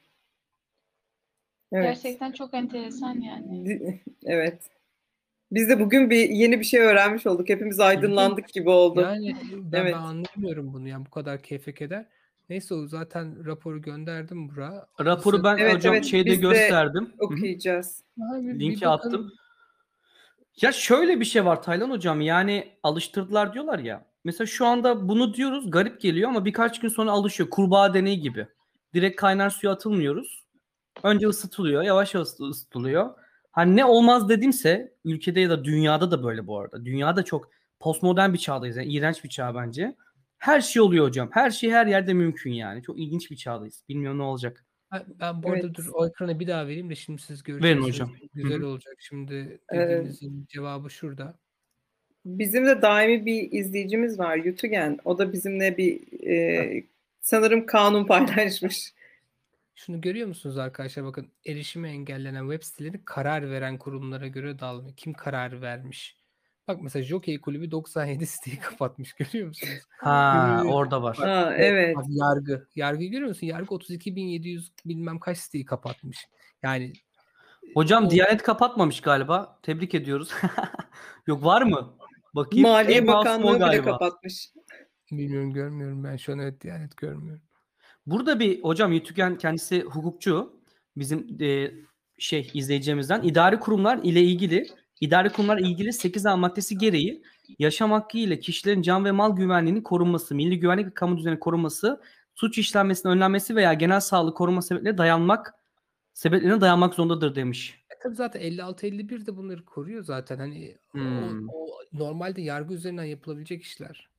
evet. Gerçekten çok enteresan yani. Di- Evet. Biz de bugün bir yeni bir şey öğrenmiş olduk. Hepimiz Tabii tabii. aydınlandık gibi oldu. Yani e, ben ben Evet. anlayamıyorum bunu. Yani bu kadar keyfe keder. Neyse o zaten raporu gönderdim buraya. Raporu ben Evet, hocam evet. şeyde Biz de gösterdim. Hı hı. okuyacağız. Abi bir Linki attım. bakın. Ya şöyle bir şey var Taylan hocam, yani alıştırdılar diyorlar ya. Mesela şu anda bunu diyoruz, garip geliyor ama birkaç gün sonra alışıyor. Kurbağa deneyi gibi. Direkt kaynar suya atılmıyoruz. Önce ısıtılıyor, yavaş yavaş ısıtılıyor. Hani ne olmaz dedimse ülkede ya da dünyada da böyle bu arada. Dünyada çok postmodern bir çağdayız. Yani iğrenç bir çağ bence. Her şey oluyor hocam. Her şey her yerde mümkün yani. Çok ilginç bir çağdayız. Bilmiyorum ne olacak. Ben, ben bu arada dur Evet. o ekranı bir daha vereyim de şimdi siz Verin göreceksiniz. hocam. Hı Güzel hı. olacak. Şimdi Ee, dediğinizin cevabı şurada. Bizim de daimi bir izleyicimiz var, Yutugen. O da bizimle bir Heh. e, sanırım kanun paylaşmış. Şunu görüyor musunuz arkadaşlar? Bakın erişime engellenen web siteleri karar veren kurumlara göre dağılıyor. Kim karar vermiş? Bak mesela Jockey Kulübü doksan yedi siteyi kapatmış, görüyor musunuz? Ha, Görüyor. orada var. Ha, Ve evet. bak yargı. Yargıyı görüyor musun? Yargı otuz iki bin yedi yüz bilmem kaç siteyi kapatmış. Yani Hocam o Diyanet kapatmamış galiba. Tebrik ediyoruz. Yok, var mı? Bakayım. Maliye En masum o Bakanlığı bile galiba. kapatmış. bilmiyorum, görmüyorum ben şu an, evet, Diyanet görmüyorum. Burada bir hocam Yetüken kendisi hukukçu. Bizim e, şey izleyicimizden idari kurumlar ile ilgili idari kurumlar ilgili sekiz A maddesi gereği yaşam hakkı ile kişilerin can ve mal güvenliğinin korunması, milli güvenlik ve kamu düzeni korunması, suç işlenmesinin önlenmesi veya genel sağlık koruma sebeplerine dayanmak sebeplerine dayanmak zorundadır demiş. E tabii zaten elli altı elli bir de bunları koruyor zaten. Hani o, Hmm. o normalde yargı üzerinden yapılabilecek işler.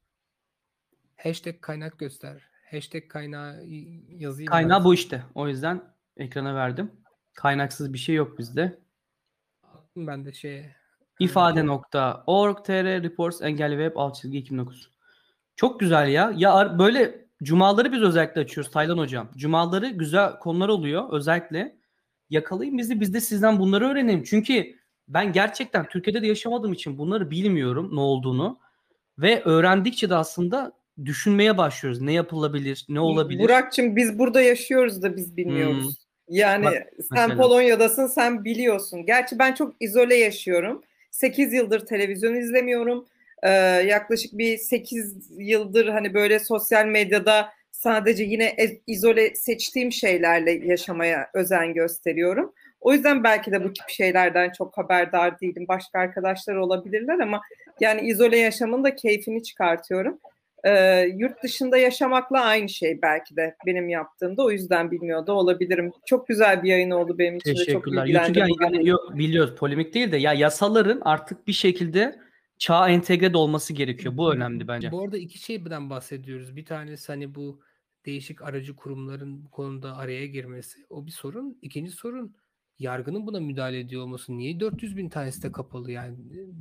Hashtag kaynak göster. Hashtag kaynağı y- yazayım Kaynağı ben. bu işte. O yüzden ekrana verdim. Kaynaksız bir şey yok bizde. Attım ben de şeye. ifade nokta org nokta tr reports engelli web alt çizgi iki bin dokuz. Çok güzel ya. Ya ar- böyle cumaları biz özellikle açıyoruz Taylan hocam. Cumaları güzel konular oluyor özellikle. Yakalayın bizi, biz de sizden bunları öğrenelim. Çünkü ben gerçekten Türkiye'de de yaşamadığım için bunları bilmiyorum ne olduğunu. Ve öğrendikçe de aslında düşünmeye başlıyoruz. Ne yapılabilir, ne olabilir? Burak'cığım biz burada yaşıyoruz da biz bilmiyoruz. Hmm. Yani Bak, sen mesela. Polonya'dasın, sen biliyorsun. Gerçi ben çok izole yaşıyorum. sekiz yıldır televizyon izlemiyorum. Ee, yaklaşık bir sekiz yıldır hani böyle sosyal medyada sadece yine e- izole seçtiğim şeylerle yaşamaya özen gösteriyorum. O yüzden belki de bu tip şeylerden çok haberdar değilim. Başka arkadaşlar olabilirler ama yani izole yaşamın da keyfini çıkartıyorum. Ee, yurt dışında yaşamakla aynı şey belki de benim yaptığımda, o yüzden bilmiyor da olabilirim. Çok güzel bir yayın oldu benim için de, çok Teşekkürler. bilgilendim YouTube bugün. yani yo- biliyoruz polemik değil de ya yasaların artık bir şekilde çağa entegre de olması gerekiyor. Bu önemli bence. Bu arada iki şeyden bahsediyoruz. Bir tanesi hani bu değişik aracı kurumların bu konuda araya girmesi. O bir sorun. İkinci sorun, yargının buna müdahale ediyor olması. Niye dört yüz bin tanesi de kapalı yani?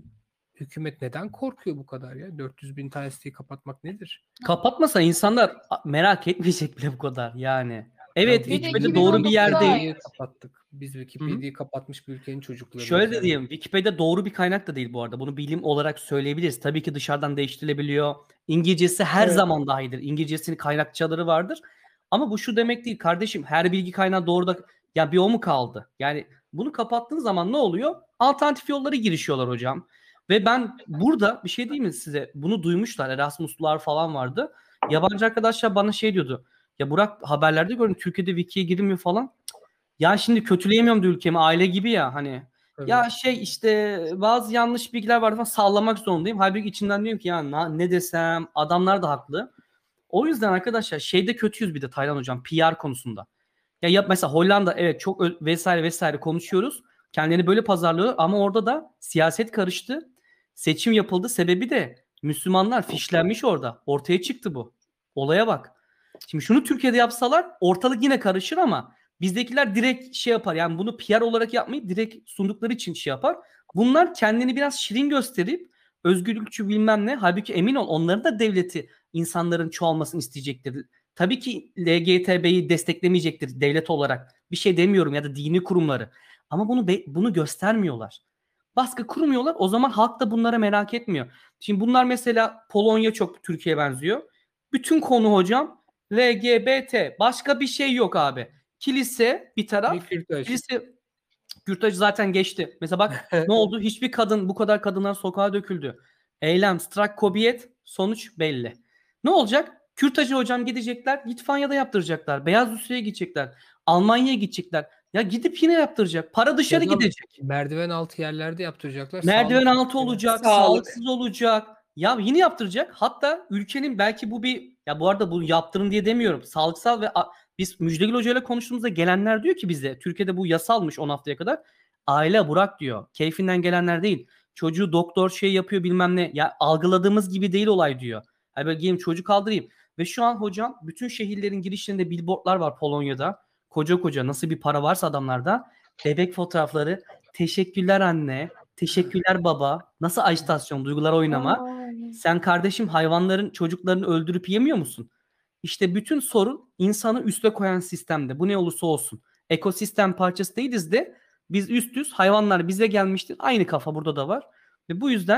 Hükümet neden korkuyor bu kadar ya? dört yüz bin tane siteyi kapatmak nedir? Kapatmasa insanlar merak etmeyecek bile bu kadar yani. Evet, Ya Bir de Wikipedia doğru bir iki bin on dokuzda yer ait. değil. Kapattık. Biz Wikipedia'yı kapatmış bir ülkenin çocukları. Şöyle de diyeyim, Wikipedia doğru bir kaynak da değil bu arada. Bunu bilim olarak söyleyebiliriz. Tabii ki dışarıdan değiştirilebiliyor. İngilizcesi her Evet. zaman daha iyidir. İngilizcesinin kaynakçaları vardır. Ama bu şu demek değil kardeşim. Her bilgi kaynağı doğru da ya bir o mu kaldı? Yani bunu kapattığın zaman ne oluyor? Alternatif yollara girişiyorlar hocam. Ve ben burada bir şey diyeyim mi size? Bunu duymuşlar. Erasmus'lular falan vardı. Yabancı arkadaşlar bana şey diyordu. Ya Burak, haberlerde gördüm Türkiye'de Wiki'ye girilmiyor falan. Ya şimdi kötüleyemiyorum da ülkemi, aile gibi ya hani. Tabii. Ya şey işte bazı yanlış bilgiler var falan, sallamak zorundayım. Halbuki içimden diyorum ki ya na- ne desem, adamlar da haklı. O yüzden arkadaşlar şeyde kötüyüz bir de Taylan hocam, P R konusunda. Ya yap mesela Hollanda, evet çok ö- vesaire vesaire konuşuyoruz. Kendilerini böyle pazarlıyor ama orada da siyaset karıştı. Seçim yapıldı. Sebebi de Müslümanlar fişlenmiş orada. Ortaya çıktı bu. Olaya bak. Şimdi şunu Türkiye'de yapsalar ortalık yine karışır ama bizdekiler direkt şey yapar. Yani bunu P R olarak yapmayıp direkt sundukları için şey yapar. Bunlar kendini biraz şirin gösterip özgürlükçü bilmem ne. Halbuki emin ol onların da devleti insanların çoğalmasını isteyecektir. Tabii ki L G T B'yi desteklemeyecektir devlet olarak. Bir şey demiyorum, ya da dini kurumları. Ama bunu be- bunu göstermiyorlar. Baskı kurmuyorlar. O zaman halk da bunlara merak etmiyor. Şimdi bunlar mesela Polonya çok Türkiye'ye benziyor. Bütün konu hocam L G B T. Başka bir şey yok abi. Kilise bir taraf. Bir kürtaj. Kilise kürtajı zaten geçti. Mesela bak ne oldu? Hiçbir kadın, bu kadar kadınlar sokağa döküldü. Eylem, strak, kobiyet, sonuç belli. Ne olacak? Kürtajı hocam gidecekler. Litvanya'da yaptıracaklar. Beyaz Rusya'ya gidecekler. Almanya'ya gidecekler. Ya gidip yine yaptıracak. Para dışarı Ya da gidecek. merdiven altı yerlerde yaptıracaklar. Merdiven Sağlık- altı olacak. Sağlık. Sağlıksız olacak. Ya yine yaptıracak. Hatta ülkenin belki bu bir, ya bu arada bu yaptırın diye demiyorum. Sağlıksal ve a- biz Müjdelik Hoca ile konuştuğumuzda gelenler diyor ki bize Türkiye'de bu yasalmış on haftaya kadar. Aile Burak diyor. Keyfinden gelenler değil. Çocuğu doktor şey yapıyor bilmem ne. Ya algıladığımız gibi değil olay diyor. Hani böyle geleyim çocuk aldırayım. Ve şu an hocam bütün şehirlerin girişlerinde billboardlar var Polonya'da. Koca koca, nasıl bir para varsa adamlarda. Bebek fotoğrafları. Teşekkürler anne. Teşekkürler baba. Nasıl ajitasyon, duygular oynama. Sen kardeşim hayvanların çocuklarını öldürüp yemiyor musun? İşte bütün sorun insanı üste koyan sistemde. Bu ne olursa olsun. Ekosistem parçası değiliz de biz üstüz. Hayvanlar bize gelmiştir. Aynı kafa burada da var. Ve bu yüzden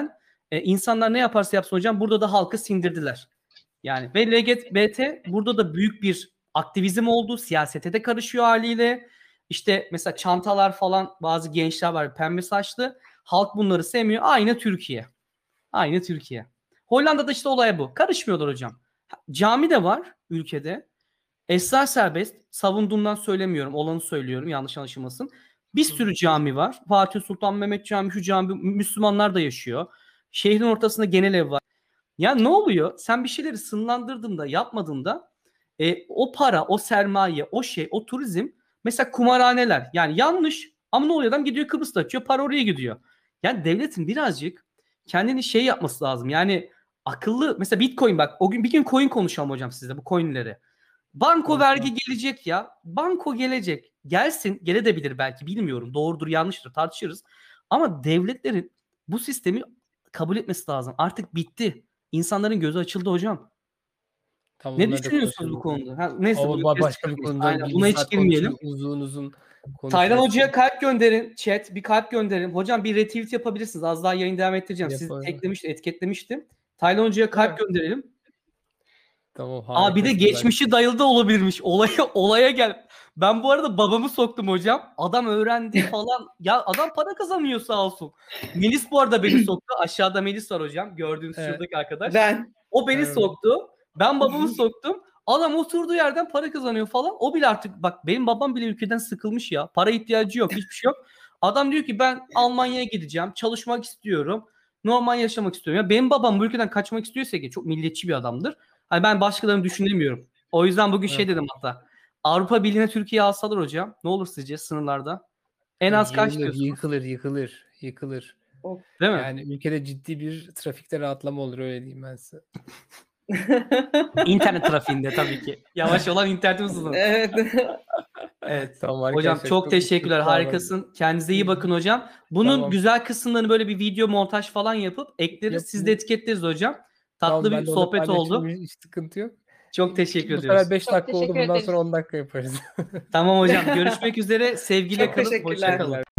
E, insanlar ne yaparsa yapsın hocam burada da halkı sindirdiler. Yani ve L G B T burada da büyük bir aktivizm oldu. Siyasete de karışıyor haliyle. İşte mesela çantalar falan, bazı gençler var pembe saçlı. Halk bunları sevmiyor. Aynı Türkiye. Aynı Türkiye. Hollanda'da işte olay bu. Karışmıyorlar hocam. Cami de var ülkede. Esrar serbest. Savunduğumdan söylemiyorum. Olanı söylüyorum. Yanlış anlaşılmasın. Bir sürü cami var. Fatih Sultan Mehmet Camii, şu cami, Müslümanlar da yaşıyor. Şehrin ortasında genel ev var. Ya ne oluyor? Sen bir şeyleri sınırlandırdığında, yapmadığında e, o para, o sermaye, o şey, o turizm, mesela kumarhaneler. Yani yanlış ama ne oluyor? Adam gidiyor Kıbrıs'ta açıyor. Para oraya gidiyor. Yani devletin birazcık kendini şey yapması lazım. Yani akıllı. Mesela Bitcoin, bak o gün bir gün coin konuşalım hocam sizle, bu coinleri. Banko Evet, vergi gelecek ya. Banko gelecek. Gelsin. Gelebilir belki. Bilmiyorum. Doğrudur yanlıştır tartışırız. Ama devletlerin bu sistemi kabul etmesi lazım. Artık bitti. İnsanların gözü açıldı hocam. Tamam, Ne bunları da düşünüyorsunuz bu konuşalım. konuda? Ha, neyse Ama bunu ba- kes başka bir çıkarmayız. konuda Aynen, bir buna hiç saat girmeyelim. konuşuruz, uzun uzun Taylan konuşuruz. Hoca'ya kalp gönderin. Chat bir kalp gönderin. Hocam bir retweet yapabilirsiniz. Az daha yayın devam ettireceğim. Sizi Yaparım. eklemiştim, etiketlemiştim. Taylan Hoca'ya kalp gönderelim. Tamam, Aa bir de harikasın geçmişi dayılı da olabilirmiş. Olaya olaya gel. Ben bu arada babamı soktum hocam. Adam öğrendi falan. Ya adam para kazanıyor sağ olsun. Melis bu arada beni soktu. Aşağıda Melis var hocam. Gördüğünüz Evet. şuradaki arkadaş. Ben. O beni Evet. soktu. Ben babamı soktum. Adam oturduğu yerden para kazanıyor falan. O bile artık, bak benim babam bile ülkeden sıkılmış ya. Para ihtiyacı yok. Hiçbir şey yok. Adam diyor ki ben Almanya'ya gideceğim. Çalışmak istiyorum. Normal yaşamak istiyorum. Ya benim babam bu ülkeden kaçmak istiyorsa ki çok milliyetçi bir adamdır. Hani ben başkalarını düşünemiyorum. O yüzden bugün şey Evet. dedim hatta. Avrupa Birliği'ne Türkiye alsalar hocam. Ne olur sizce sınırlarda? En az kaç Yığılır, diyorsunuz? Yıkılır, yıkılır, yıkılır. Değil mi? Yani ülkede ciddi bir trafikte rahatlama olur, öyle diyeyim ben size. İnternet trafiğinde tabii ki. Yavaş olan internetimiz hızlı. Evet. Evet. Tamam Hocam arkadaşlar, çok teşekkürler. çok sağ olun. Harikasın. Kendinize iyi bakın hocam. Bunun Tamam. güzel kısımlarını böyle bir video montaj falan yapıp ekleriz. Yapın. Siz de etiketleriz hocam. Tatlı Tamam, ben bir de onu sohbet paylaşırım, oldu. hiç sıkıntı yok. Çok teşekkür Bu ediyoruz. sefer beş Çok dakika oldu, teşekkür bundan ederiz. sonra on dakika yaparız. Tamam hocam. Görüşmek üzere. Sevgiyle Çok kalın. teşekkürler. Hoşça kalın.